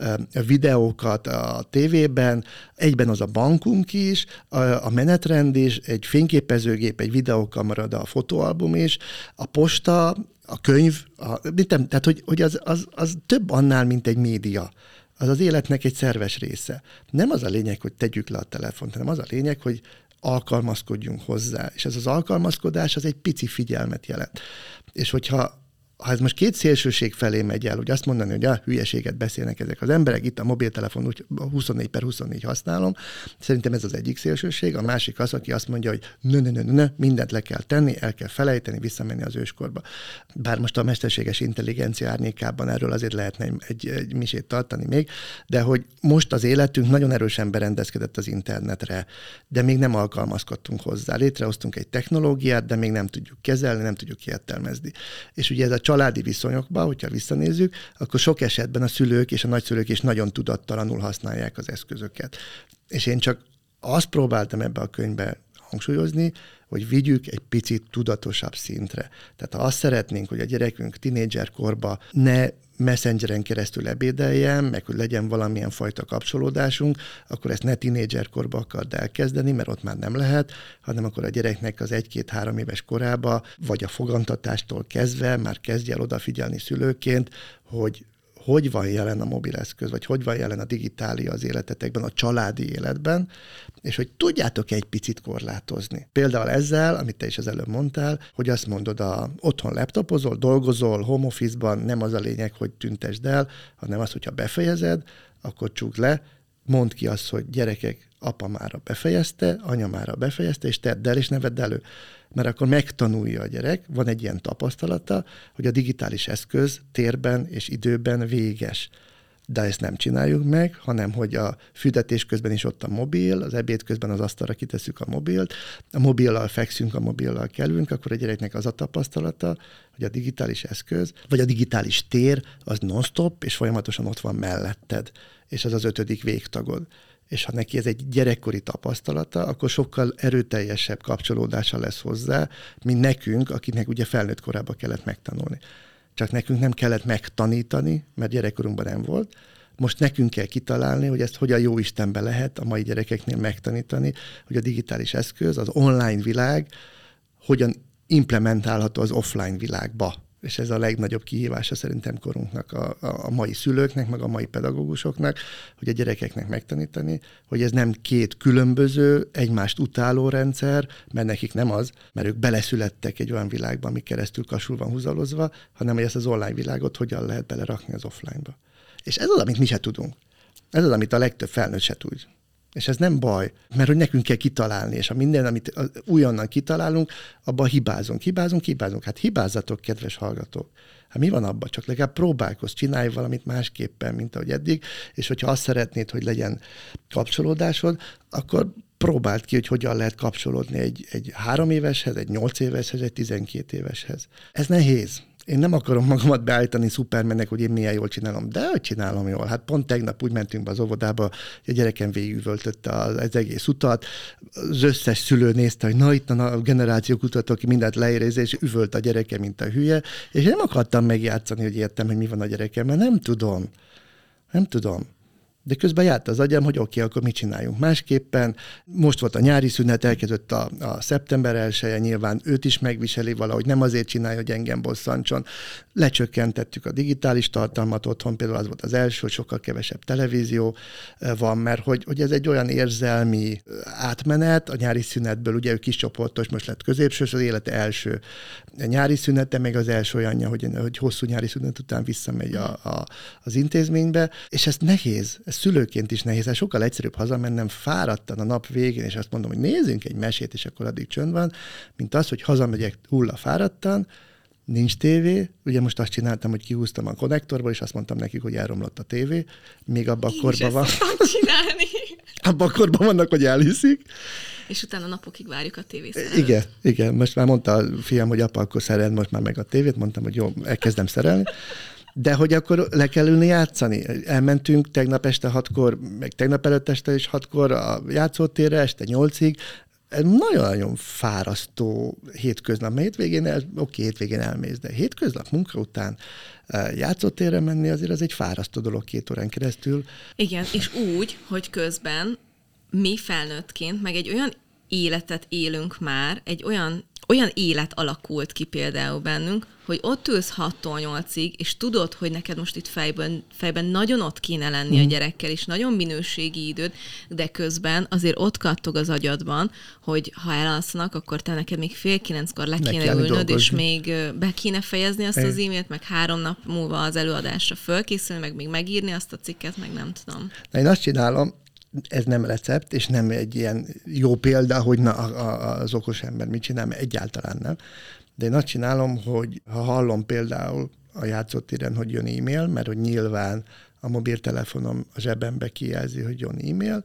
[SPEAKER 4] videókat a tévében, egyben az a bankunk is, a menetrend is, egy fényképezőgép, egy videókamera, de a fotóalbum is, a posta, a könyv, tehát hogy az több annál, mint egy média. Az az életnek egy szerves része. Nem az a lényeg, hogy tegyük le a telefont, hanem az a lényeg, hogy alkalmazkodjunk hozzá. És ez az alkalmazkodás az egy pici figyelmet jelent. És hogyha ez most két szélsőség felé megy el, hogy azt mondani, hogy hülyeséget beszélnek ezek az emberek, itt a mobiltelefon 24/24 használom, szerintem ez az egyik szélsőség, a másik az, aki azt mondja, hogy ne, mindent le kell tenni, el kell felejteni, visszamenni az őskorba. Bár most a mesterséges intelligencia árnyékában erről azért lehetne egy misét tartani még, de hogy most az életünk nagyon erősen berendezkedett az internetre, de még nem alkalmazkodtunk hozzá. Létrehoztunk egy technológiát, de még nem tudjuk kezelni, nem tudjuk értelmezni. És ugye ez a családi viszonyokban, hogyha visszanézzük, akkor sok esetben a szülők és a nagyszülők is nagyon tudattalanul használják az eszközöket. És én csak azt próbáltam ebbe a könyvbe hangsúlyozni, hogy vigyük egy picit tudatosabb szintre. Tehát ha azt szeretnénk, hogy a gyerekünk tinédzserkorba ne Messengeren keresztül ebédeljen, meg hogy legyen valamilyen fajta kapcsolódásunk, akkor ezt ne tinédzserkorba akard elkezdeni, mert ott már nem lehet, hanem akkor a gyereknek az 1-2-3 éves korába, vagy a fogantatástól kezdve már kezdj el odafigyelni szülőként, hogy van jelen a mobileszköz, vagy hogy van jelen a digitália az életetekben, a családi életben, és hogy tudjátok egy picit korlátozni. Például ezzel, amit te is az előbb mondtál, hogy azt mondod, otthon laptopozol, dolgozol, home office-ban, nem az a lényeg, hogy tüntesd el, hanem az, hogyha befejezed, akkor csukd le, mondd ki azt, hogy gyerekek, apa mára befejezte, anya mára befejezte, és tedd el, és ne vedd elő. Mert akkor megtanulja a gyerek, van egy ilyen tapasztalata, hogy a digitális eszköz térben és időben véges. De ezt nem csináljuk meg, hanem hogy a fűtetés közben is ott a mobil, az ebéd közben az asztalra kitesszük a mobilt, a mobillal fekszünk, a mobillal kelünk, akkor a gyereknek az a tapasztalata, hogy a digitális eszköz, vagy a digitális tér az non-stop, és folyamatosan ott van melletted, és az az 5. végtagod. és ha neki ez egy gyerekkori tapasztalata, akkor sokkal erőteljesebb kapcsolódása lesz hozzá, mint nekünk, akinek ugye felnőtt korában kellett megtanulni. Csak nekünk nem kellett megtanítani, mert gyerekkorunkban nem volt. Most nekünk kell kitalálni, hogy ezt hogyan jó Istenben lehet a mai gyerekeknél megtanítani, hogy a digitális eszköz, az online világ hogyan implementálható az offline világba. És ez a legnagyobb kihívása szerintem korunknak, a mai szülőknek, meg a mai pedagógusoknak, hogy a gyerekeknek megtanítani, hogy ez nem két különböző, egymást utáló rendszer, mert nekik nem az, mert ők beleszülettek egy olyan világba, ami keresztül kasul van húzalozva, hanem hogy ezt az online világot hogyan lehet belerakni az offline-ba. És ez az, amit mi se tudunk. Ez az, amit a legtöbb felnőtt se tud. És ez nem baj, mert hogy nekünk kell kitalálni, és ha minden, amit újonnan kitalálunk, abban hibázunk. Hát hibázzatok, kedves hallgatók. Hát mi van abban? Csak legalább próbálkozz, csinálj valamit másképpen, mint ahogy eddig, és hogyha azt szeretnéd, hogy legyen kapcsolódásod, akkor próbáld ki, hogy hogyan lehet kapcsolódni egy 3 éveshez, egy 8 éveshez, egy 12 éveshez. Ez nehéz. Én nem akarom magamat beállítani Supermannek, hogy én milyen jól csinálom, de hogy csinálom jól. Hát pont tegnap úgy mentünk be az óvodába, hogy a gyerekem végigüvöltötte az egész utat, az összes szülő nézte, hogy na itt a generációkutató, aki mindent leéréz, és üvölt a gyereke, mint a hülye, és én nem akartam megjátszani, hogy értem, hogy mi van a gyerekem, mert nem tudom. De közben járt az agyam, hogy oké, akkor mit csináljunk másképpen. Most volt a nyári szünet, elkezdett a szeptember 1-je, nyilván őt is megviseli valahogy, nem azért csinálja, hogy engem bosszantson. Lecsökkentettük a digitális tartalmat otthon, például az volt az első, hogy sokkal kevesebb televízió van, mert hogy ez egy olyan érzelmi átmenet, a nyári szünetből, ugye ő kiscsoportos, most lett középsős, az élete első nyári szünete, meg az első olyanja, hogy hosszú nyári szünet után visszamegy az intézménybe, és ez nehéz. Szülőként is nehéz, hát sokkal egyszerűbb hazamennem fáradtan a nap végén, és azt mondom, hogy nézzünk egy mesét, és akkor addig csönd van, mint az, hogy hazamegyek hullafáradtan, nincs tévé. Ugye most azt csináltam, hogy kihúztam a konnektorból, és azt mondtam nekik, hogy elromlott a tévé. Még abban a korban van. Abban a korban vannak, hogy elhiszik.
[SPEAKER 3] És utána napokig várjuk a tévészerelőt.
[SPEAKER 4] Igen. Most már mondta a fiam, hogy apa, akkor szereld most már meg a tévét. Mondtam, hogy jó, elkezdem szerelni. De hogy akkor le kell ülni játszani. Elmentünk tegnap este 6-kor, meg tegnap előtt este is 6-kor a játszótérre, este 8-ig. Ez nagyon-nagyon fárasztó hétköznap. Mert hétvégén elmész, de hétköznap munka után játszótérre menni azért az egy fárasztó dolog 2 órán keresztül.
[SPEAKER 3] Igen, és úgy, hogy közben mi felnőttként meg egy olyan életet élünk már, egy olyan élet alakult ki például bennünk, hogy ott ülsz 6-tól 8-ig, és tudod, hogy neked most itt fejben nagyon ott kéne lenni a gyerekkel, és nagyon minőségi időd, de közben azért ott kattog az agyadban, hogy ha elalszanak, akkor te neked még 8:30-kor le kéne ülnöd, dolgozni. És még be kéne fejezni azt az e-mailt, meg 3 nap múlva az előadásra fölkészülni, meg még megírni azt a cikket, meg nem tudom.
[SPEAKER 4] Na, én azt csinálom, ez nem recept, és nem egy ilyen jó példa, hogy az okos ember mit csinál, mert egyáltalán nem. De én azt csinálom, hogy ha hallom például a játszótéren, hogy jön e-mail, mert hogy nyilván a mobiltelefonom a zsebembe kijelzi, hogy jön e-mail,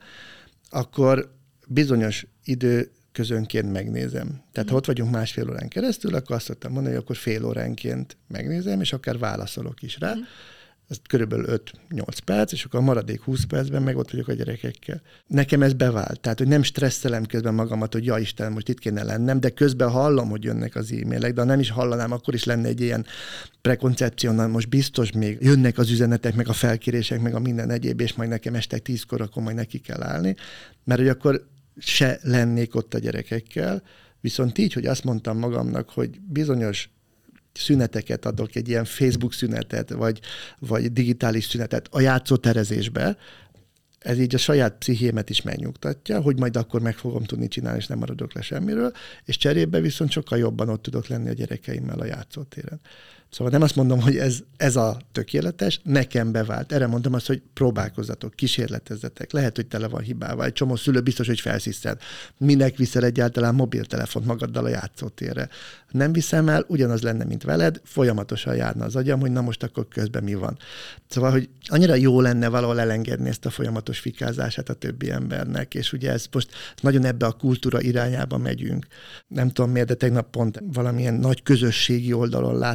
[SPEAKER 4] akkor bizonyos időközönként megnézem. Tehát ha ott vagyunk 1,5 órán keresztül, akkor azt szoktam mondani, hogy akkor fél óránként megnézem, és akár válaszolok is rá. Ez körülbelül 5-8 perc, és akkor a maradék 20 percben meg ott vagyok a gyerekekkel. Nekem ez bevált. Tehát, hogy nem stresszelem közben magamat, hogy ja Istenem, most itt kéne lennem, de közben hallom, hogy jönnek az e-mailek, de ha nem is hallanám, akkor is lenne egy ilyen prekoncepció, most biztos még jönnek az üzenetek, meg a felkérések, meg a minden egyéb, és majd nekem este 10-kor, akkor majd neki kell állni, mert hogy akkor se lennék ott a gyerekekkel. Viszont így, hogy azt mondtam magamnak, hogy bizonyos szüneteket adok, egy ilyen Facebook szünetet, vagy digitális szünetet a játszóterezésbe, ez így a saját pszichémet is megnyugtatja, hogy majd akkor meg fogom tudni csinálni, és nem maradok le semmiről, és cserébe viszont sokkal jobban ott tudok lenni a gyerekeimmel a játszótéren. Szóval nem azt mondom, hogy ez a tökéletes, nekem bevált. Erre mondtam azt, hogy próbálkozzatok, kísérletezzetek. Lehet, hogy tele van hibával. Egy csomó szülő biztos, hogy felsziszted. Minek viszel egyáltalán mobiltelefont magaddal a játszótérre? Nem viszem el, ugyanaz lenne, mint veled, folyamatosan járna az agyam, hogy na most akkor közben mi van. Szóval, hogy annyira jó lenne valahol elengedni ezt a folyamatos fikázását a többi embernek, és ugye ez most nagyon ebbe a kultúra irányába megyünk. Nem tudom miért, de tegnap pont valamilyen nagy közösségi oldalon láttam, hogy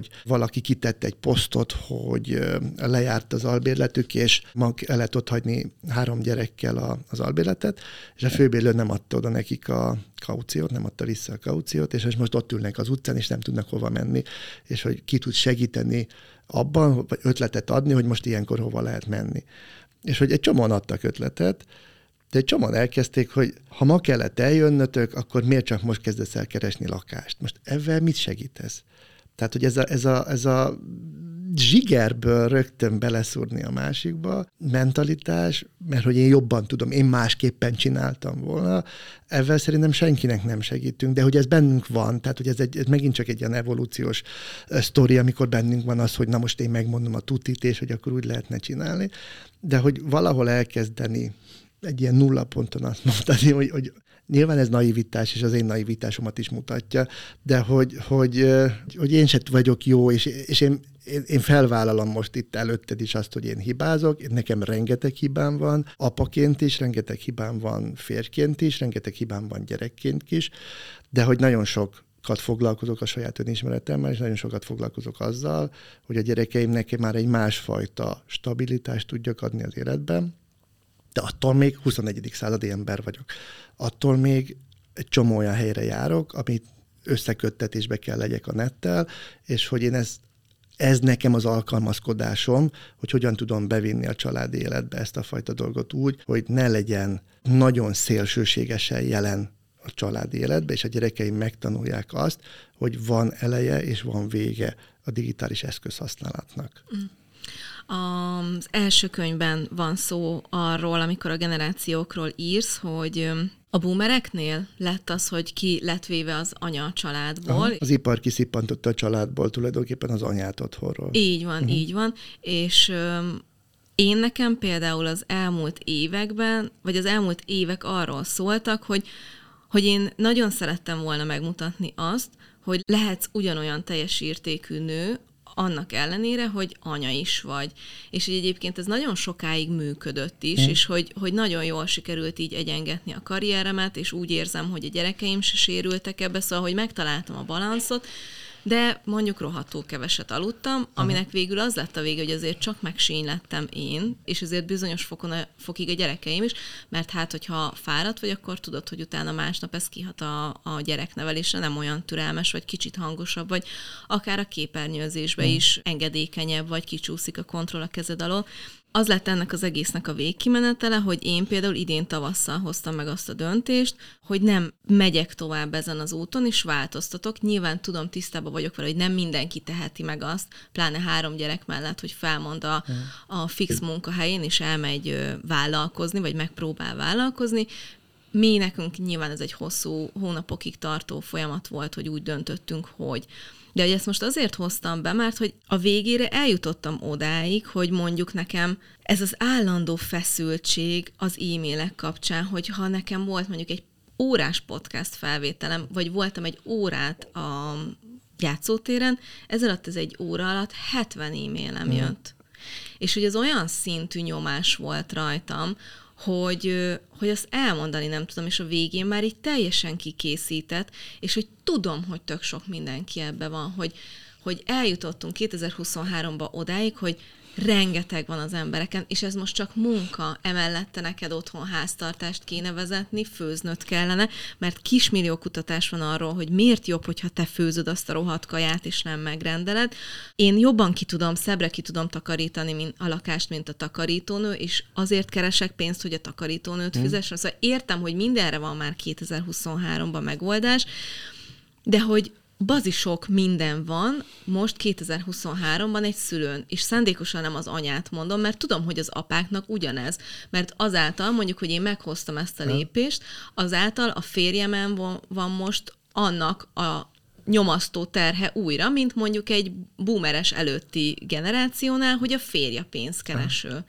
[SPEAKER 4] hogy valaki kitett egy posztot, hogy lejárt az albérletük, és el lehet ott hagyni 3 gyerekkel az albérletet, és a főbérlő nem adta oda nekik a kauciót, nem adta vissza a kauciót, és most ott ülnek az utcán, és nem tudnak hova menni, és hogy ki tud segíteni abban, vagy ötletet adni, hogy most ilyenkor hova lehet menni. És hogy egy csomóan adtak ötletet, de egy csomóan elkezdték, hogy ha ma kellett eljönnötök, akkor miért csak most kezdesz el keresni lakást? Most ezzel mit segítesz? Tehát, hogy ez a zsigerből rögtön beleszúrni a másikba, mentalitás, mert hogy én jobban tudom, én másképpen csináltam volna, ezzel szerintem senkinek nem segítünk, de hogy ez bennünk van, tehát hogy ez megint csak egy ilyen evolúciós sztori, amikor bennünk van az, hogy na most én megmondom a tutit, és hogy akkor úgy lehetne csinálni, de hogy valahol elkezdeni egy ilyen nulla ponton azt mondani, hogy nyilván ez naivitás, és az én naivitásomat is mutatja, de hogy én se vagyok jó, és én felvállalom most itt előtted is azt, hogy én hibázok, nekem rengeteg hibám van, apaként is, rengeteg hibám van férjként is, rengeteg hibám van gyerekként is, de hogy nagyon sokat foglalkozok a saját önismeretemmel, és nagyon sokat foglalkozok azzal, hogy a gyerekeimnek már egy másfajta stabilitást tudjak adni az életben, de attól még 21. századi ember vagyok. Attól még egy csomó olyan helyre járok, amit összeköttetésbe kell legyek a nettel, és hogy én ez nekem az alkalmazkodásom, hogy hogyan tudom bevinni a családi életbe ezt a fajta dolgot úgy, hogy ne legyen nagyon szélsőségesen jelen a családi életbe, és a gyerekeim megtanulják azt, hogy van eleje és van vége a digitális eszközhasználatnak.
[SPEAKER 3] Az első könyvben van szó arról, amikor a generációkról írsz, hogy a boomereknél lett az, hogy ki lett véve az anya a családból.
[SPEAKER 4] Aha, az ipar kiszippantotta a családból tulajdonképpen az anyát otthonról.
[SPEAKER 3] Így van, így van. És én nekem például az elmúlt években, vagy az elmúlt évek arról szóltak, hogy én nagyon szerettem volna megmutatni azt, hogy lehetsz ugyanolyan teljes értékű nő, annak ellenére, hogy anya is vagy. És hogy egyébként ez nagyon sokáig működött is, és hogy nagyon jól sikerült így egyengetni a karrieremet, és úgy érzem, hogy a gyerekeim se sérültek ebbe, szóval, hogy megtaláltam a balanszot, de mondjuk rohadtul keveset aludtam, aminek végül az lett a vége, hogy azért csak megsínylettem én, és ezért bizonyos fokig a gyerekeim is, mert hát, hogyha fáradt vagy, akkor tudod, hogy utána másnap ez kihat a gyereknevelésre, nem olyan türelmes, vagy kicsit hangosabb, vagy akár a képernyőzésbe is engedékenyebb, vagy kicsúszik a kontroll a kezed alól. Az lett ennek az egésznek a végkimenetele, hogy én például idén tavasszal hoztam meg azt a döntést, hogy nem megyek tovább ezen az úton, és változtatok. Nyilván tudom, tisztában vagyok vele, hogy nem mindenki teheti meg azt, pláne 3 gyerek mellett, hogy felmond a fix munkahelyén, és elmegy vállalkozni, vagy megpróbál vállalkozni. Mi nekünk nyilván ez egy hosszú, hónapokig tartó folyamat volt, hogy úgy döntöttünk, hogy. De hogy ezt most azért hoztam be, mert hogy a végére eljutottam odáig, hogy mondjuk nekem ez az állandó feszültség az e-mailek kapcsán, hogy ha nekem volt mondjuk egy órás podcast felvételem, vagy voltam egy órát a játszótéren, ez alatt ez egy óra alatt 70 e-mailem jött. És hogy ez olyan szintű nyomás volt rajtam, hogy azt elmondani nem tudom, és a végén már így teljesen kikészített, és hogy tudom, hogy tök sok mindenki ebbe van, hogy eljutottunk 2023-ba odáig, hogy rengeteg van az embereken, és ez most csak munka, emellette neked otthon háztartást kéne vezetni, főznöd kellene, mert kismillió kutatás van arról, hogy miért jobb, hogyha te főzöd azt a rohadt kaját, és nem megrendeled. Én jobban szebbre ki tudom takarítani a lakást, mint a takarítónő, és azért keresek pénzt, hogy a takarítónőt fizessen. Szóval értem, hogy mindenre van már 2023-ban megoldás, de hogy bazisok minden van most 2023-ban egy szülőn, és szándékosan nem az anyát mondom, mert tudom, hogy az apáknak ugyanez, mert azáltal mondjuk, hogy én meghoztam ezt a lépést, azáltal a férjemen van most annak a nyomasztó terhe újra, mint mondjuk egy boomeres előtti generációnál, hogy a férje pénzkereső.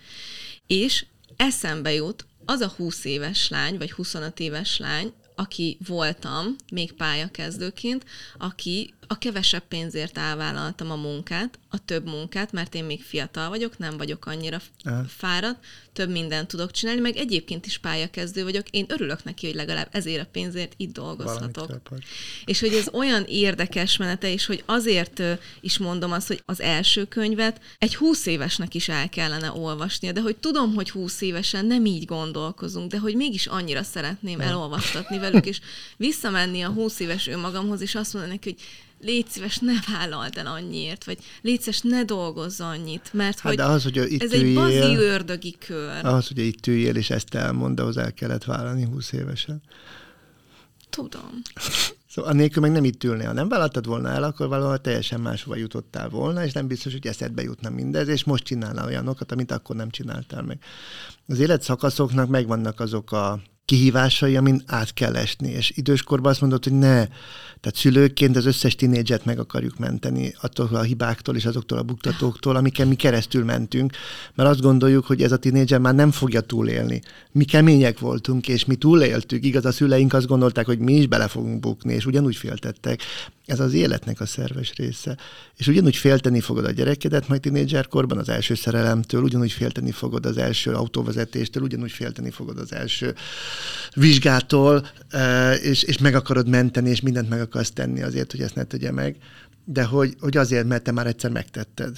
[SPEAKER 3] És eszembe jut az a 20 éves lány, vagy 25 éves lány, aki voltam, még pályakezdőként, a kevesebb pénzért elvállaltam a munkát, a több munkát, mert én még fiatal vagyok, nem vagyok annyira fáradt, több mindent tudok csinálni, meg egyébként is pályakezdő vagyok, én örülök neki, hogy legalább ezért a pénzért itt dolgozhatok. És hogy ez olyan érdekes menete, és hogy azért is mondom azt, hogy az első könyvet egy 20 évesnek is el kellene olvasnia, de hogy tudom, hogy 20 évesen nem így gondolkozunk, de hogy mégis annyira szeretném elolvastatni velük, és visszamenni a 20 éves önmagamhoz, és azt mondani neki, hogy légy szíves, ne vállald el annyiért, vagy légy szíves, ne dolgozz annyit, mert hogy
[SPEAKER 4] az, hogy itt
[SPEAKER 3] ez egy bazi ördögi kör.
[SPEAKER 4] Ahhoz, hogy itt üljél, és ezt elmond, ahhoz el kellett vállalni 20 évesen.
[SPEAKER 3] Tudom.
[SPEAKER 4] Szóval annélkül meg nem itt ülnél. Ha nem vállaltad volna el, akkor valahol teljesen máshova jutottál volna, és nem biztos, hogy eszedbe jutna mindez, és most csinálnál olyanokat, amit akkor nem csináltál meg. Az életszakaszoknak megvannak azok a kihívásai, amin át kell esni, és időskorban azt mondod, hogy ne. Tehát szülőként az összes tinédzset meg akarjuk menteni attól a hibáktól és azoktól a buktatóktól, amiken mi keresztül mentünk, mert azt gondoljuk, hogy ez a tinédzser már nem fogja túlélni. Mi kemények voltunk, és mi túléltük. Igaz, a szüleink azt gondolták, hogy mi is bele fogunk bukni, és ugyanúgy féltettek. Ez az életnek a szerves része. És ugyanúgy félteni fogod a gyerekedet majd tinédzserkorban az első szerelemtől, ugyanúgy félteni fogod az első autóvezetéstől, ugyanúgy félteni fogod az első vizsgától, és meg akarod menteni, és mindent meg akarsz tenni azért, hogy ezt ne tegye meg, de hogy azért, mert te már egyszer megtetted.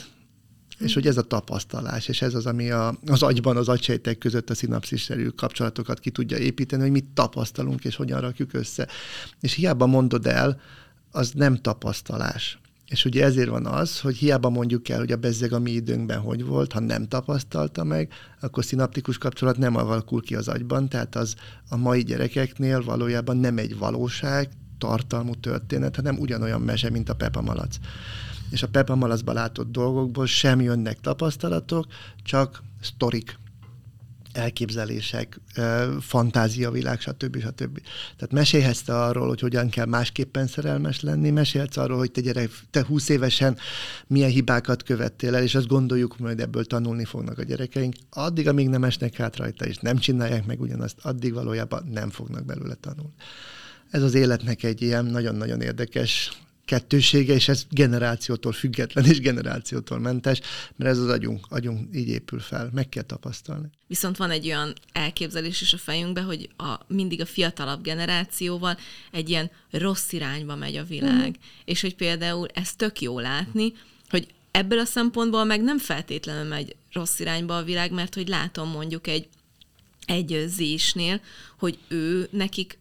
[SPEAKER 4] És hogy ez a tapasztalás, és ez az, ami az agyban, az agysejtek között a szinapszisszerű kapcsolatokat ki tudja építeni, hogy mit tapasztalunk, és hogyan rakjuk össze. És hiába mondod el, az nem tapasztalás. És ugye ezért van az, hogy hiába mondjuk el, hogy a bezzeg a mi időnkben hogy volt, ha nem tapasztalta meg, akkor szinaptikus kapcsolat nem alakul ki az agyban, tehát az a mai gyerekeknél valójában nem egy valóság, tartalmú történet, hanem ugyanolyan mese, mint a Peppa Malac. És a Peppa Malacban látott dolgokból sem jönnek tapasztalatok, csak sztorik, elképzelések, fantáziavilág, stb. Tehát mesélhetsz te arról, hogy hogyan kell másképpen szerelmes lenni, mesélhetsz arról, hogy te 20 évesen milyen hibákat követtél el, és azt gondoljuk, hogy ebből tanulni fognak a gyerekeink. Addig, amíg nem esnek át rajta, és nem csinálják meg ugyanazt, addig valójában nem fognak belőle tanulni. Ez az életnek egy ilyen nagyon-nagyon érdekes kettősége, és ez generációtól független és generációtól mentes, mert ez az agyunk így épül fel, meg kell tapasztalni.
[SPEAKER 3] Viszont van egy olyan elképzelés is a fejünkben, hogy mindig a fiatalabb generációval egy ilyen rossz irányba megy a világ. És hogy például ez tök jó látni, hogy ebből a szempontból meg nem feltétlenül megy rossz irányba a világ, mert hogy látom mondjuk egy Zésnél, hogy nekik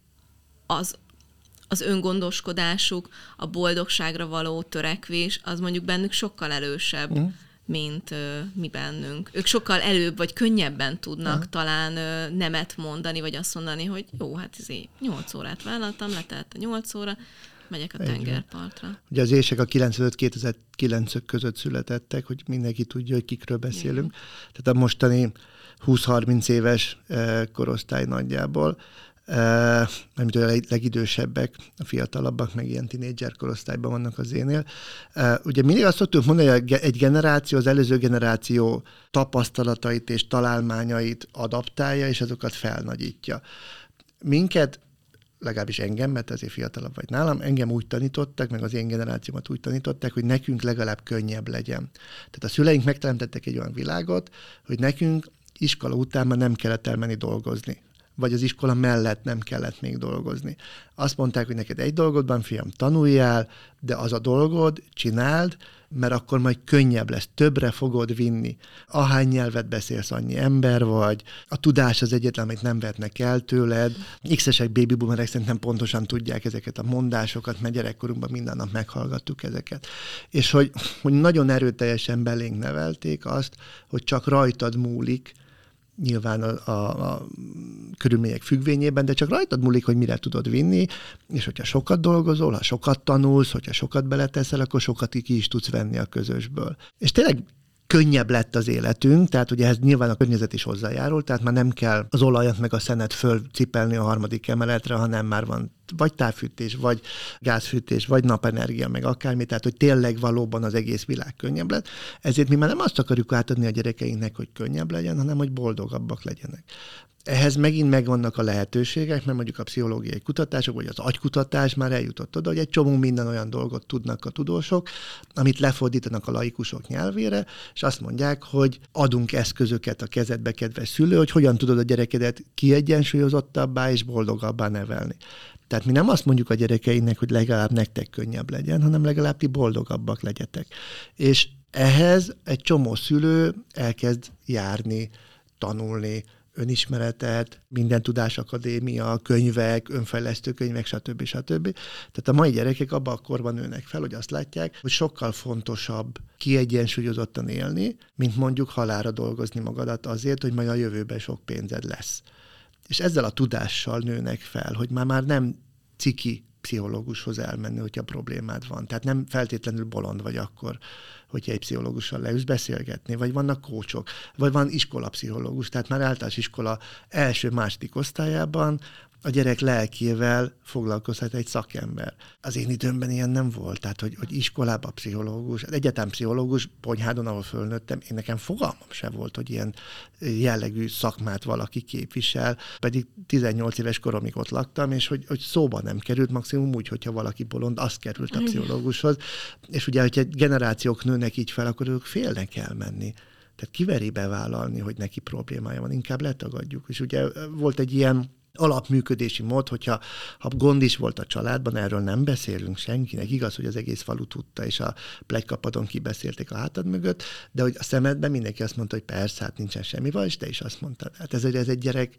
[SPEAKER 3] az öngondoskodásuk, a boldogságra való törekvés, az mondjuk bennük sokkal erősebb, mint mi bennünk. Ők sokkal előbb vagy könnyebben tudnak talán nemet mondani, vagy azt mondani, hogy jó, hát 8 órát vállaltam, letelt a 8 óra, megyek a tengerpartra.
[SPEAKER 4] Ugye az Ések a 95-2009 között születettek, hogy mindenki tudja, hogy kikről beszélünk. Igen. Tehát a mostani 20-30 éves korosztály nagyjából, mert a legidősebbek, a fiatalabbak, meg ilyen tinédzser korosztályban vannak az énél. Ugye mindig azt szoktuk mondani, hogy egy generáció az előző generáció tapasztalatait és találmányait adaptálja, és azokat felnagyítja. Minket, legalábbis engem, mert azért fiatalabb vagy nálam, engem úgy tanítottak, meg az én generációmat úgy tanították, hogy nekünk legalább könnyebb legyen. Tehát a szüleink megteremtettek egy olyan világot, hogy nekünk iskola után már nem kellett elmenni dolgozni, vagy az iskola mellett nem kellett még dolgozni. Azt mondták, hogy neked egy dolgod van, fiam, tanuljál, de az a dolgod, csináld, mert akkor majd könnyebb lesz, többre fogod vinni. Ahány nyelvet beszélsz, annyi ember vagy, a tudás az egyetlen, amit nem vetnek el tőled. X-esek, baby boomerek szerintem pontosan tudják ezeket a mondásokat, mert gyerekkorunkban minden nap meghallgattuk ezeket. És hogy nagyon erőteljesen belénk nevelték azt, hogy csak rajtad múlik, nyilván a körülmények függvényében, de csak rajtad múlik, hogy mire tudod vinni, és hogyha sokat dolgozol, ha sokat tanulsz, hogyha sokat beleteszel, akkor sokat ki is tudsz venni a közösből. És tényleg könnyebb lett az életünk, tehát ugye ez nyilván a környezet is hozzájárul, tehát már nem kell az olajat meg a szenet fölcipelni a 3. emeletre, hanem már van vagy távfűtés, vagy gázfűtés, vagy napenergia, meg akármi, tehát hogy tényleg valóban az egész világ könnyebb lett. Ezért mi már nem azt akarjuk átadni a gyerekeinknek, hogy könnyebb legyen, hanem hogy boldogabbak legyenek. Ehhez megint megvannak a lehetőségek, mert mondjuk a pszichológiai kutatások, vagy az agykutatás már eljutott oda, hogy egy csomó minden olyan dolgot tudnak a tudósok, amit lefordítanak a laikusok nyelvére, és azt mondják, hogy adunk eszközöket a kezedbe, kedves szülő, hogy hogyan tudod a gyerekedet kiegyensúlyozottabbá és boldogabbá nevelni. Tehát mi nem azt mondjuk a gyerekeinknek, hogy legalább nektek könnyebb legyen, hanem legalább ti boldogabbak legyetek. És ehhez egy csomó szülő elkezd járni, tanulni, önismeretet, minden tudásakadémia, könyvek, önfejlesztő könyvek, stb. Tehát a mai gyerekek abban a korban nőnek fel, hogy azt látják, hogy sokkal fontosabb kiegyensúlyozottan élni, mint mondjuk halálra dolgozni magadat azért, hogy majd a jövőben sok pénzed lesz. És ezzel a tudással nőnek fel, hogy már nem ciki pszichológushoz elmenni, hogyha problémád van. Tehát nem feltétlenül bolond vagy akkor, hogyha egy pszichológussal leülsz beszélgetni, vagy vannak kócsok, vagy van iskolapszichológus, tehát már általános iskola első-második osztályában a gyerek lelkével foglalkozhat egy szakember. Az én időmben ilyen nem volt, tehát hogy iskolában pszichológus, egyetem pszichológus, Ponyhádon, ahol fölnőttem, én nekem fogalmam se volt, hogy ilyen jellegű szakmát valaki képvisel, pedig 18 éves koromig ott laktam, és hogy szóba nem került, maximum úgy, hogyha valaki bolond, az került a pszichológushoz. És ugye, hogyha generációk nőnek így fel, akkor ők félnek elmenni. Tehát kiveri bevállalni, hogy neki problémája van, inkább letagadjuk. És ugye volt egy ilyen alapműködési mód, hogyha gond is volt a családban, erről nem beszélünk senkinek. Igaz, hogy az egész falu tudta, és a pletykapadon kibeszélték a hátad mögött, de hogy a szemedben mindenki azt mondta, hogy persze, hát nincsen semmi baj, és te is azt mondtad. Hát ez egy gyerek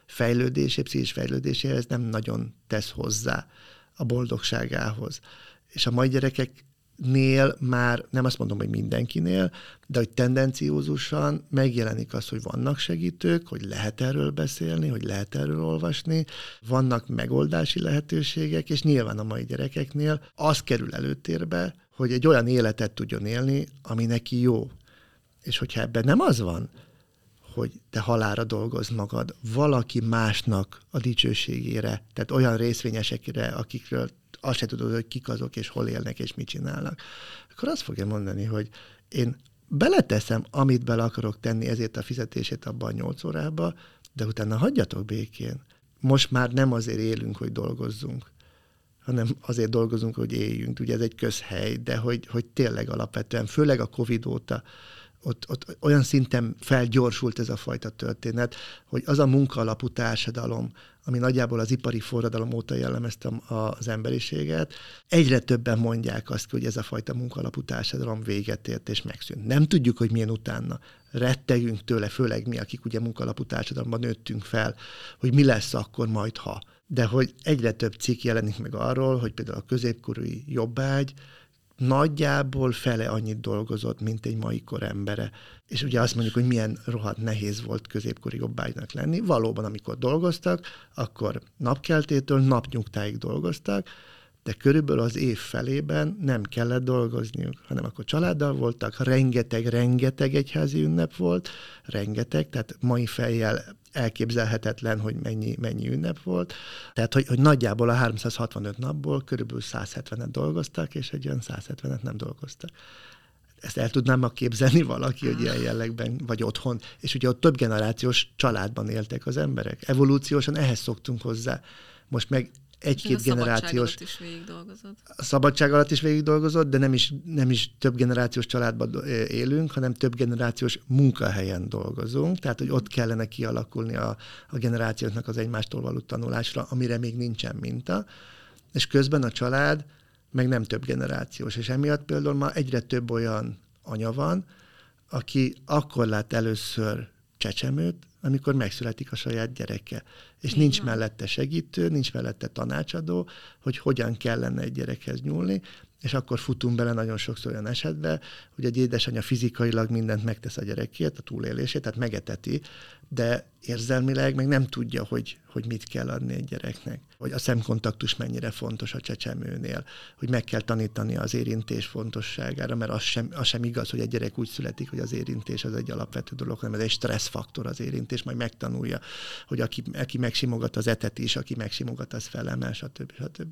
[SPEAKER 4] pszichés fejlődéséhez nem nagyon tesz hozzá a boldogságához. És a mai gyerekeknél már, nem azt mondom, hogy mindenkinél, de hogy tendenciózusan megjelenik az, hogy vannak segítők, hogy lehet erről beszélni, hogy lehet erről olvasni, vannak megoldási lehetőségek, és nyilván a mai gyerekeknél az kerül előtérbe, hogy egy olyan életet tudjon élni, ami neki jó. És hogyha ebben nem az van, hogy te halálra dolgozd magad valaki másnak a dicsőségére, tehát olyan részvényesekre, akikről azt se tudod, hogy kik azok, és hol élnek, és mit csinálnak, akkor azt fogja mondani, hogy én beleteszem, amit bele akarok tenni, ezért a fizetését abban a 8 órába, de utána hagyjatok békén. Most már nem azért élünk, hogy dolgozzunk, hanem azért dolgozunk, hogy éljünk. Ugye ez egy közhely, de hogy tényleg alapvetően, főleg a Covid óta, ott olyan szinten felgyorsult ez a fajta történet, hogy az a munkaalapú társadalom, ami nagyjából az ipari forradalom óta jellemezte az emberiséget, egyre többen mondják azt, hogy ez a fajta munkaalapú társadalom véget ért és megszűnt. Nem tudjuk, hogy milyen utána. Rettegünk tőle, főleg mi, akik ugye munkaalapú társadalomban nőttünk fel, hogy mi lesz akkor majd, ha. De hogy egyre több cikk jelenik meg arról, hogy például a középkori jobbágy nagyjából fele annyit dolgozott, mint egy mai kor embere. És ugye azt mondjuk, hogy milyen rohadt nehéz volt középkori jobbágynak lenni. Valóban, amikor dolgoztak, akkor napkeltétől napnyugtáig dolgoztak, de körülbelül az év felében nem kellett dolgozniuk, hanem akkor családdal voltak, rengeteg egyházi ünnep volt, rengeteg, tehát mai fejjel elképzelhetetlen, hogy mennyi ünnep volt. Tehát, hogy nagyjából a 365 napból körülbelül 170-et dolgoztak, és egy olyan 170-et nem dolgoztak. Ezt el tudnám ma képzelni valaki, hogy ilyen jellegben, vagy otthon. És ugye ott több generációs családban éltek az emberek. Evolúciósan ehhez szoktunk hozzá. Most meg egy-két generációs... A szabadság alatt is végig dolgozott, de nem is több generációs családban élünk, hanem több generációs munkahelyen dolgozunk. Tehát, hogy ott kellene kialakulni a generációknak az egymástól való tanulásra, amire még nincsen minta. És közben a család meg nem több generációs. És emiatt például ma egyre több olyan anya van, aki akkor lát először csecsemőt, amikor megszületik a saját gyereke. És nincs mellette segítő, nincs mellette tanácsadó, hogy hogyan kellene egy gyerekhez nyúlni, és akkor futunk bele nagyon sokszor olyan esetbe, hogy egy édesanyja fizikailag mindent megtesz a gyerekért, a túlélését, tehát megeteti, de érzelmileg meg nem tudja, hogy mit kell adni egy gyereknek. Hogy a szemkontaktus mennyire fontos a csecsemőnél, hogy meg kell tanítani az érintés fontosságára, mert az sem igaz, hogy egy gyerek úgy születik, hogy az érintés az egy alapvető dolog, hanem ez egy stresszfaktor az érintés, majd megtanulja, hogy aki megsimogat az etet is, aki megsimogat, az felemel, stb.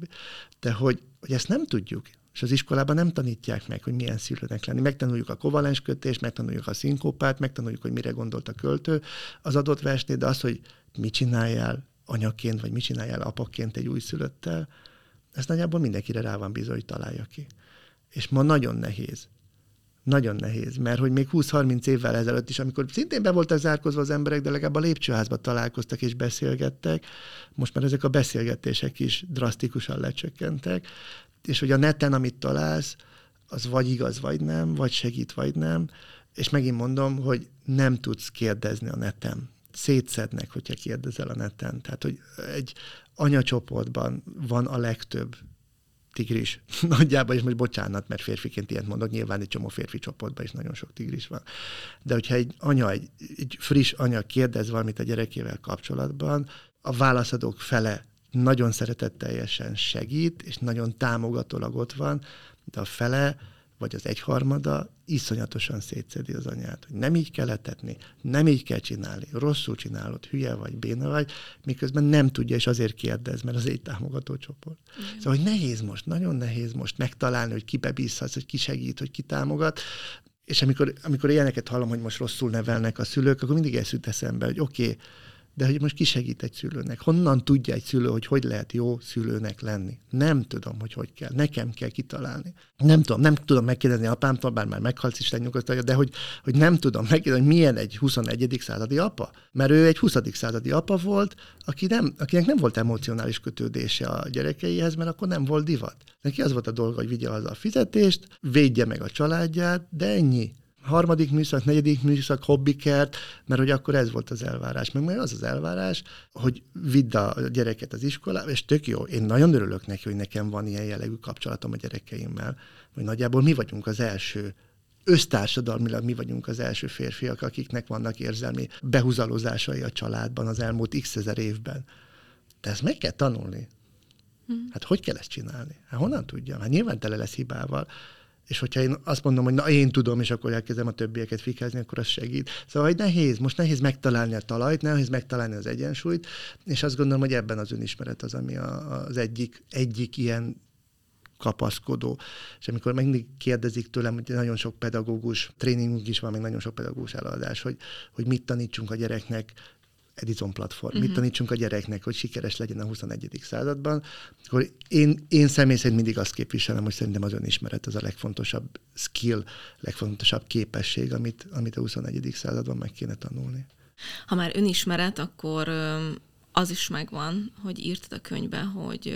[SPEAKER 4] De hogy ezt nem tudjuk, és az iskolában nem tanítják meg, hogy milyen szülőnek lenni. Megtanuljuk a kovalens kötést, megtanuljuk a szinkópát, megtanuljuk, hogy mire gondolt a költő az adott versnél, de az, hogy mit csináljál anyaként, vagy mit csináljál apaként egy újszülöttel, ez nagyjából mindenkire rá van bízva, hogy találja ki. És ma nagyon nehéz. Nagyon nehéz, mert hogy még 20-30 évvel ezelőtt is, amikor szintén be voltak zárkozva az emberek, de legalább a lépcsőházba találkoztak és beszélgettek, most már ezek a beszélgetések is drasztikusan lecsökkentek, és hogy a neten, amit találsz, az vagy igaz, vagy nem, vagy segít, vagy nem, és megint mondom, hogy nem tudsz kérdezni a neten. Szétszednek, hogyha kérdezel a neten. Tehát, hogy egy anyacsoportban van a legtöbb tigris. Nagyjából, és most bocsánat, mert férfiként ilyet mondok, nyilván egy csomó férfi csoportban is nagyon sok tigris van. De hogyha egy anya, egy friss anya kérdez valamit a gyerekével kapcsolatban, a válaszadók fele nagyon szeretetteljesen segít, és nagyon támogatólag ott van, de a fele, vagy az egyharmada iszonyatosan szétszedi az anyát, hogy nem így kell etetni, nem így kell csinálni, rosszul csinálod, hülye vagy, béna vagy, miközben nem tudja, és azért kérdez, mert az egy támogató csoport. Szóval, hogy nehéz most, nagyon nehéz most megtalálni, hogy kibe bízhatsz, hogy ki segít, hogy ki támogat, és amikor ilyeneket hallom, hogy most rosszul nevelnek a szülők, akkor mindig ez jut eszembe, hogy oké, de hogy most ki segít egy szülőnek? Honnan tudja egy szülő, hogy lehet jó szülőnek lenni? Nem tudom, hogy kell. Nekem kell kitalálni. Nem tudom megkérdezni apámtól, bár már meghalt, Isten nyugodtan, de hogy nem tudom megkérdezni, hogy milyen egy 21. századi apa. Mert ő egy 20. századi apa volt, akinek nem volt emocionális kötődése a gyerekeihez, mert akkor nem volt divat. Neki az volt a dolga, hogy vigye haza a fizetést, védje meg a családját, de ennyi. 3. műszak, 4. műszak, hobbikert, mert hogy akkor ez volt az elvárás. Meg az az elvárás, hogy vidd a gyereket az iskolába, és tök jó, én nagyon örülök neki, hogy nekem van ilyen jellegű kapcsolatom a gyerekeimmel, hogy nagyjából mi vagyunk az első, össztársadalmilag mi vagyunk az első férfiak, akiknek vannak érzelmi behúzalozásai a családban az elmúlt x ezer évben. De ezt meg kell tanulni. Hát hogy kell ezt csinálni? Hát honnan tudjam? Hát nyilván tele lesz hibával. És hogyha én azt mondom, hogy na, én tudom, és akkor elkezdem a többieket fikázni, akkor az segít. Szóval, hogy nehéz megtalálni a talajt, nehéz megtalálni az egyensúlyt, és azt gondolom, hogy ebben az önismeret az, ami az egyik ilyen kapaszkodó. És amikor mindig kérdezik tőlem, hogy nagyon sok pedagógus tréningünk is van, még nagyon sok pedagógus előadás, hogy mit tanítsunk a gyereknek, Edison platform, mit tanítsunk a gyereknek, hogy sikeres legyen a 21. században, akkor én személy szerint mindig azt képviselem, hogy szerintem az önismeret az a legfontosabb skill, legfontosabb képesség, amit a 21. században meg kéne tanulni.
[SPEAKER 3] Ha már önismeret, akkor az is megvan, hogy írtad a könyvbe, hogy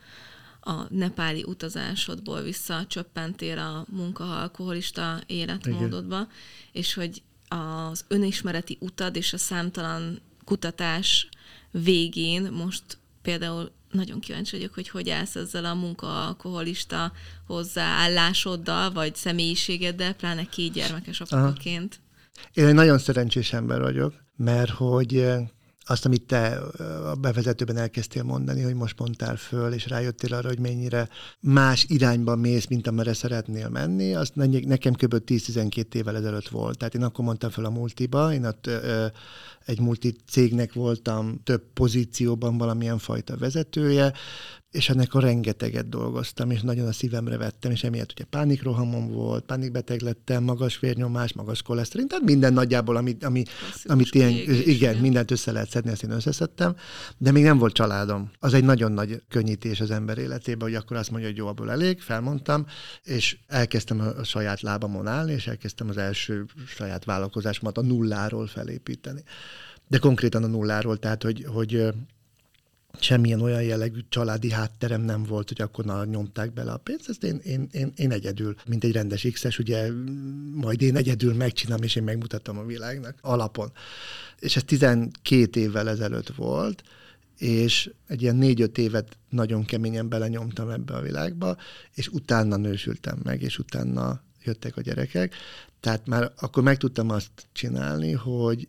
[SPEAKER 3] a nepáli utazásodból visszacsöppentél a munka-alkoholista életmódodba, igen. És hogy az önismereti utad és a számtalan kutatás végén most például nagyon kíváncsi vagyok, hogy állsz ezzel a munka-alkoholista hozzáállásoddal, vagy személyiségeddel, pláne 2 gyermekes apaként.
[SPEAKER 4] Én egy nagyon szerencsés ember vagyok, mert hogy azt, amit te a bevezetőben elkezdtél mondani, hogy most mondtál föl, és rájöttél arra, hogy mennyire más irányba mész, mint amerre szeretnél menni, azt nekem kb. 10-12 évvel ezelőtt volt. Tehát én akkor mondtam föl a multiba, én ott egy multi cégnek voltam több pozícióban valamilyen fajta vezetője, és ennek a rengeteget dolgoztam, és nagyon a szívemre vettem, és emiatt ugye pánikrohamom volt, pánikbeteg lettem, magas vérnyomás, magas koleszterin, tehát minden nagyjából, amit ilyen, igen, mindent össze lehet szedni, azt én összeszedtem, de még nem volt családom. Az egy nagyon nagy könnyítés az ember életében, hogy akkor azt mondja, hogy jó, abból elég, felmondtam, és elkezdtem a saját lábamon állni, és elkezdtem az első saját vállalkozásomat a nulláról felépíteni. De konkrétan a nulláról, tehát, hogy semmilyen olyan jellegű családi hátterem nem volt, hogy akkor nyomták bele a pénzt, ezt én egyedül, mint egy rendes X-es, ugye majd én egyedül megcsinálom, és én megmutatom a világnak alapon. És ez 12 évvel ezelőtt volt, és egy ilyen 4-5 évet nagyon keményen belenyomtam ebbe a világba, és utána nősültem meg, és utána jöttek a gyerekek. Tehát már akkor meg tudtam azt csinálni, hogy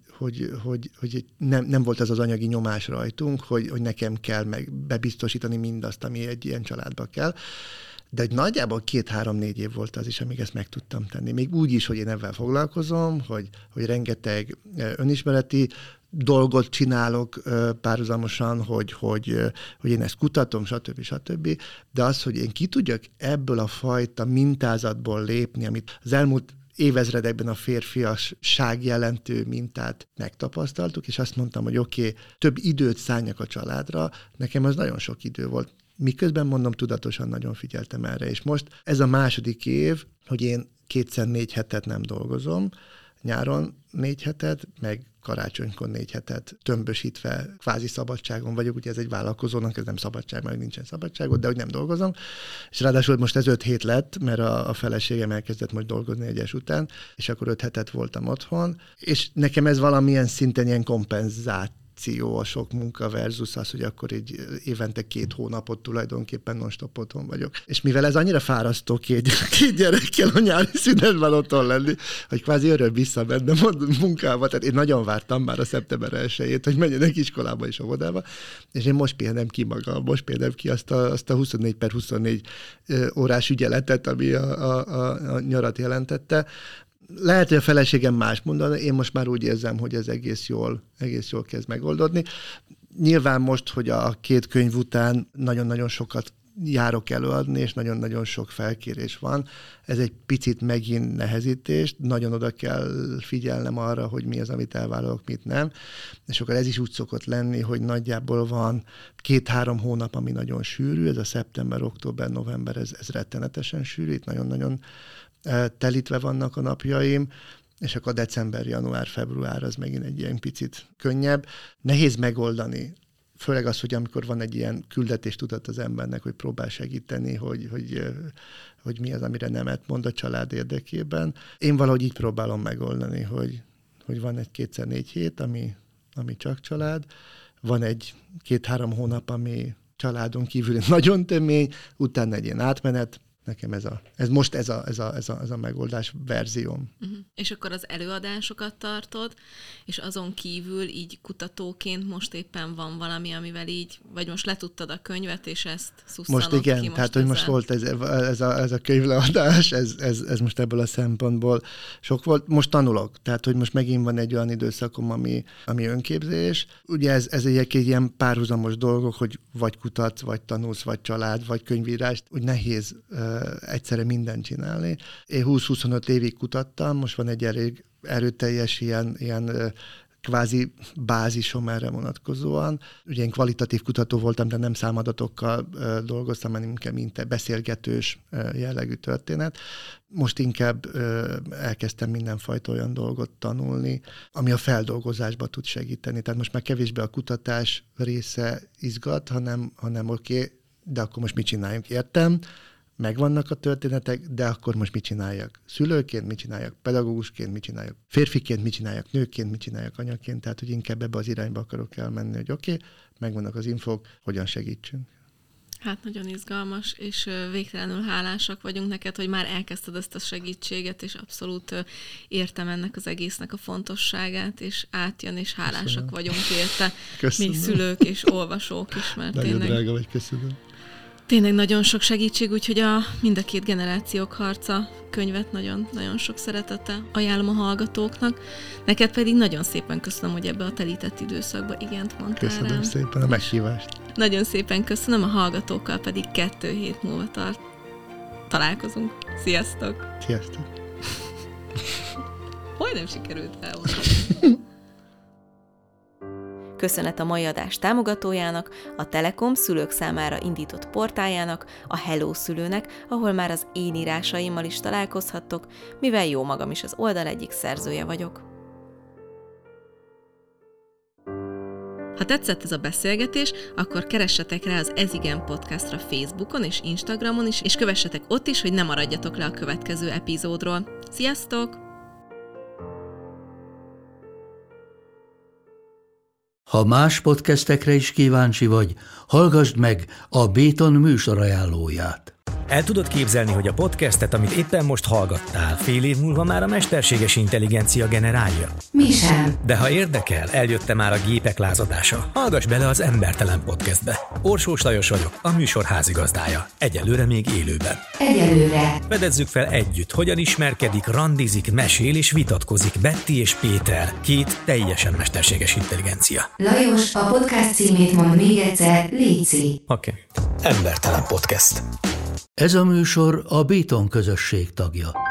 [SPEAKER 4] nem volt az anyagi nyomás rajtunk, hogy nekem kell bebiztosítani mindazt, ami egy ilyen családba kell. De egy nagyjából 2-3-4 év volt az is, amíg ezt meg tudtam tenni. Még úgy is, hogy én ebben foglalkozom, hogy rengeteg önismereti dolgot csinálok párhuzamosan, hogy én ezt kutatom, stb. De az, hogy én ki tudjak ebből a fajta mintázatból lépni, amit az elmúlt évezredekben a férfiasság jelentő mintát megtapasztaltuk, és azt mondtam, hogy oké, több időt szálljak a családra, nekem az nagyon sok idő volt. Miközben mondom, tudatosan nagyon figyeltem erre, és most ez a második év, hogy én 2x4 hetet nem dolgozom, nyáron 4 hetet, meg karácsonykor 4 hetet tömbösítve kvázi szabadságon vagyok, ugye ez egy vállalkozónak, ez nem szabadság, mert nincsen szabadságot, de hogy nem dolgozom. És ráadásul most ez 5 hét lett, mert a feleségem elkezdett most dolgozni egyes után, és akkor 5 hetet voltam otthon, és nekem ez valamilyen szinten ilyen kompenzáció a sok munka versus az, hogy akkor így évente 2 hónapot tulajdonképpen non-stop otthon vagyok. És mivel ez annyira fárasztó két gyerekkel a nyári szünetben otthon lenni, hogy kvázi öröm visszamennem a munkába. Tehát én nagyon vártam már a szeptember 1-jét, hogy menjenek iskolába és óvodába, és én most pihenem ki magam, most pihenem ki azt a 24/24 órás ügyeletet, ami a nyarat jelentette. Lehet, hogy a feleségem más mondana, én most már úgy érzem, hogy ez egész jól kezd megoldódni. Nyilván most, hogy a 2 könyv után nagyon-nagyon sokat járok előadni, és nagyon-nagyon sok felkérés van, ez egy picit megint nehezítést, nagyon oda kell figyelnem arra, hogy mi az, amit elvállalok, mit nem. És akkor ez is úgy szokott lenni, hogy nagyjából van 2-3 hónap, ami nagyon sűrű, ez a szeptember, október, november, ez rettenetesen sűrű, itt nagyon-nagyon telítve vannak a napjaim, és akkor december, január, február az megint egy ilyen picit könnyebb. Nehéz megoldani, főleg az, hogy amikor van egy ilyen küldetéstudat az embernek, hogy próbál segíteni, hogy mi az, amire nemet mond a család érdekében. Én valahogy így próbálom megoldani, hogy van egy 2x4 hét, ami csak család, van egy 2-3 hónap, ami családon kívül nagyon tömény, utána egy ilyen átmenet. Nekem ez a megoldás verzióm.
[SPEAKER 3] Uh-huh. És akkor az előadásokat tartod, és azon kívül így kutatóként most éppen van valami, amivel így, vagy most letudtad a könyvet, és ezt szusszanod
[SPEAKER 4] most igen,
[SPEAKER 3] ki?
[SPEAKER 4] Tehát, hogy most volt ez a könyvleadás, ez most ebből a szempontból sok volt. Most tanulok, tehát, hogy most megint van egy olyan időszakom, ami önképzés. Ugye ez egy ilyen párhuzamos dolgok, hogy vagy kutatsz, vagy tanulsz, vagy család, vagy könyvírást, úgy nehéz egyszerre mindent csinálni. Én 20-25 évig kutattam, most van egy elég erőteljes ilyen kvázi bázisom erre vonatkozóan. Ugye én kvalitatív kutató voltam, de nem számadatokkal dolgoztam, hanem inkább beszélgetős jellegű történet. Most inkább elkezdtem mindenfajta olyan dolgot tanulni, ami a feldolgozásba tud segíteni. Tehát most már kevésbé a kutatás része izgat, hanem oké, de akkor most mit csináljunk? Értem, megvannak a történetek, de akkor most mit csináljak? Szülőként mit csináljak? Pedagógusként mit csináljak? Férfiként mit csináljak? Nőként mit csináljak? Anyaként? Tehát, hogy inkább ebbe az irányba akarok elmenni, hogy oké, megvannak az infók, hogyan segítsünk.
[SPEAKER 3] Hát nagyon izgalmas, és végtelenül hálásak vagyunk neked, hogy már elkezdted ezt a segítséget, és abszolút értem ennek az egésznek a fontosságát, és átjön, és hálásak
[SPEAKER 4] köszönöm.
[SPEAKER 3] Vagyunk érte.
[SPEAKER 4] Köszönöm.
[SPEAKER 3] Mi szülők és olvasók is, mert
[SPEAKER 4] nagyon
[SPEAKER 3] tényleg...
[SPEAKER 4] drága vagy, köszönöm.
[SPEAKER 3] Tényleg nagyon sok segítség, úgyhogy mind a 2 generációk harca könyvet nagyon-nagyon sok szeretettel ajánlom a hallgatóknak. Neked pedig nagyon szépen köszönöm, hogy ebbe a telített időszakba igent mondtál
[SPEAKER 4] Köszönöm
[SPEAKER 3] rám.
[SPEAKER 4] szépen a meghívást.
[SPEAKER 3] Nagyon szépen köszönöm, a hallgatókkal pedig 2 hét múlva találkozunk. Sziasztok!
[SPEAKER 4] Sziasztok!
[SPEAKER 3] Majdnem sikerült elmondani.
[SPEAKER 5] Köszönet a mai adás támogatójának, a Telekom szülők számára indított portáljának, a Hello Szülőnek, ahol már az én írásaimmal is találkozhattok, mivel jó magam is az oldal egyik szerzője vagyok.
[SPEAKER 3] Ha tetszett ez a beszélgetés, akkor keressetek rá az Ez igen podcastra Facebookon és Instagramon is, és kövessetek ott is, hogy ne maradjatok le a következő epizódról. Sziasztok!
[SPEAKER 1] Ha más podcastekre is kíváncsi vagy, hallgassd meg a Béton műsor ajánlóját.
[SPEAKER 6] El tudod képzelni, hogy a podcastet, amit éppen most hallgattál, fél év múlva már a mesterséges intelligencia generálja?
[SPEAKER 7] Mi sem.
[SPEAKER 6] De ha érdekel, eljött már a gépek lázadása. Hallgass bele az Embertelen Podcastbe. Orsós Lajos vagyok, a műsor házigazdája. Egyelőre még élőben.
[SPEAKER 7] Egyelőre.
[SPEAKER 6] Fedezzük fel együtt, hogyan ismerkedik, randizik, mesél és vitatkozik Betty és Péter, két teljesen mesterséges intelligencia.
[SPEAKER 7] Lajos, a podcast címét mond még egyszer, léci.
[SPEAKER 6] Oké. Embertelen Podcast.
[SPEAKER 1] Ez a műsor a Béton közösség tagja.